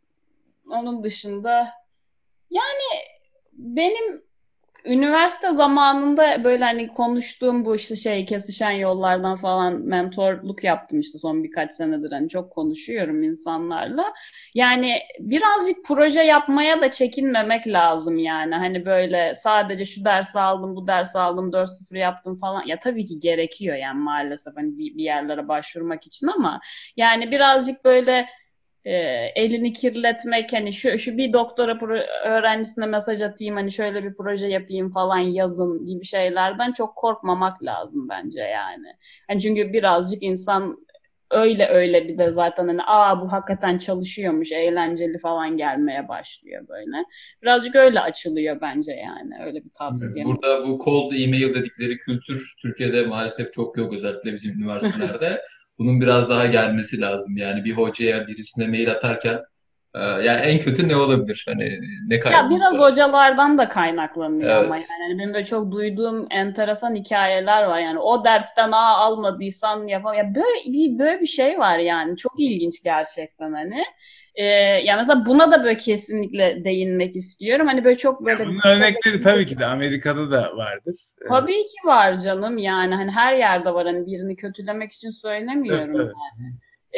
Onun dışında yani benim üniversite zamanında böyle hani konuştuğum bu işte kesişen yollardan falan mentorluk yaptım işte son birkaç senedir hani çok konuşuyorum insanlarla. Yani birazcık proje yapmaya da çekinmemek lazım yani. Hani böyle sadece şu dersi aldım, bu dersi aldım, 4.0 yaptım falan. Ya tabii ki gerekiyor yani maalesef hani bir yerlere başvurmak için ama yani birazcık böyle e, elini kirletmek hani şu bir doktora öğrencisine mesaj atayım hani şöyle bir proje yapayım falan yazın gibi şeylerden çok korkmamak lazım bence yani. Hani çünkü birazcık insan öyle bir de zaten hani bu hakikaten çalışıyormuş eğlenceli falan gelmeye başlıyor böyle. Birazcık öyle açılıyor bence yani öyle bir tavsiyem olur. Burada bu cold email dedikleri kültür Türkiye'de maalesef çok yok, özellikle bizim üniversitelerde. Bunun biraz daha gelmesi lazım. Yani bir hocaya, birisine mail atarken yani en kötü ne olabilir? Hani ne Ya kaybımız biraz var? hocalardan da kaynaklanıyor ama yani Evet. hani benim böyle çok duyduğum enteresan hikayeler var yani o dersten almadıysan yapam ya böyle bir şey var yani çok ilginç gerçekten hani. Ya mesela buna da böyle kesinlikle değinmek istiyorum hani böyle çok Ya böyle bunun kısaca örnekleri tabii ki de Amerika'da da vardır. tabii ki var canım yani hani her yerde var hani birini kötülemek için Tabii söylemiyorum. tabii. Ee,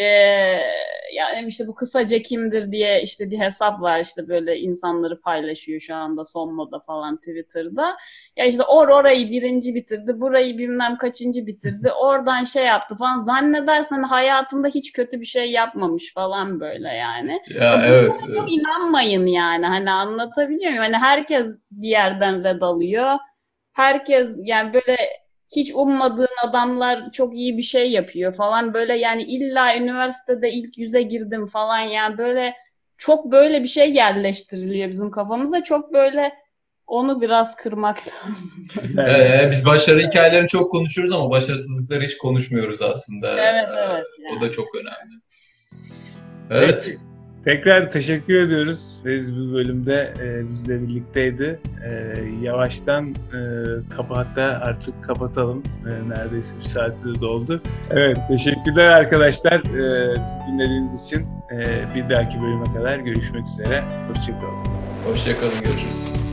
Yani işte bu kısaca kimdir diye işte bir hesap var işte böyle insanları paylaşıyor şu anda son moda falan Twitter'da. Ya işte orayı birinci bitirdi, burayı bilmem kaçıncı bitirdi, oradan şey yaptı falan. Zannedersen hani hayatında hiç kötü bir şey yapmamış falan böyle yani. Ya evet. Bunlara çok inanmayın yani hani anlatabiliyor muyum? Hani herkes bir yerden red alıyor. Herkes yani böyle hiç ummadığın adamlar çok iyi bir şey yapıyor falan böyle yani illa üniversitede ilk yüze girdim falan yani böyle çok böyle bir şey yerleştiriliyor bizim kafamıza çok böyle onu biraz kırmak lazım. Güzel güzel. Biz başarı hikayelerini çok konuşuyoruz ama başarısızlıkları hiç konuşmuyoruz aslında. Evet evet O da yani. çok önemli. Peki. Evet. Tekrar teşekkür ediyoruz. Feyz bu bölümde bizle birlikteydi. Yavaştan hatta artık kapatalım. Neredeyse bir saati de doldu. Evet, teşekkürler arkadaşlar. Bizi dinlediğiniz için bir dahaki bölüme kadar görüşmek üzere. Hoşçakalın. Hoşça kalın. Görüşürüz.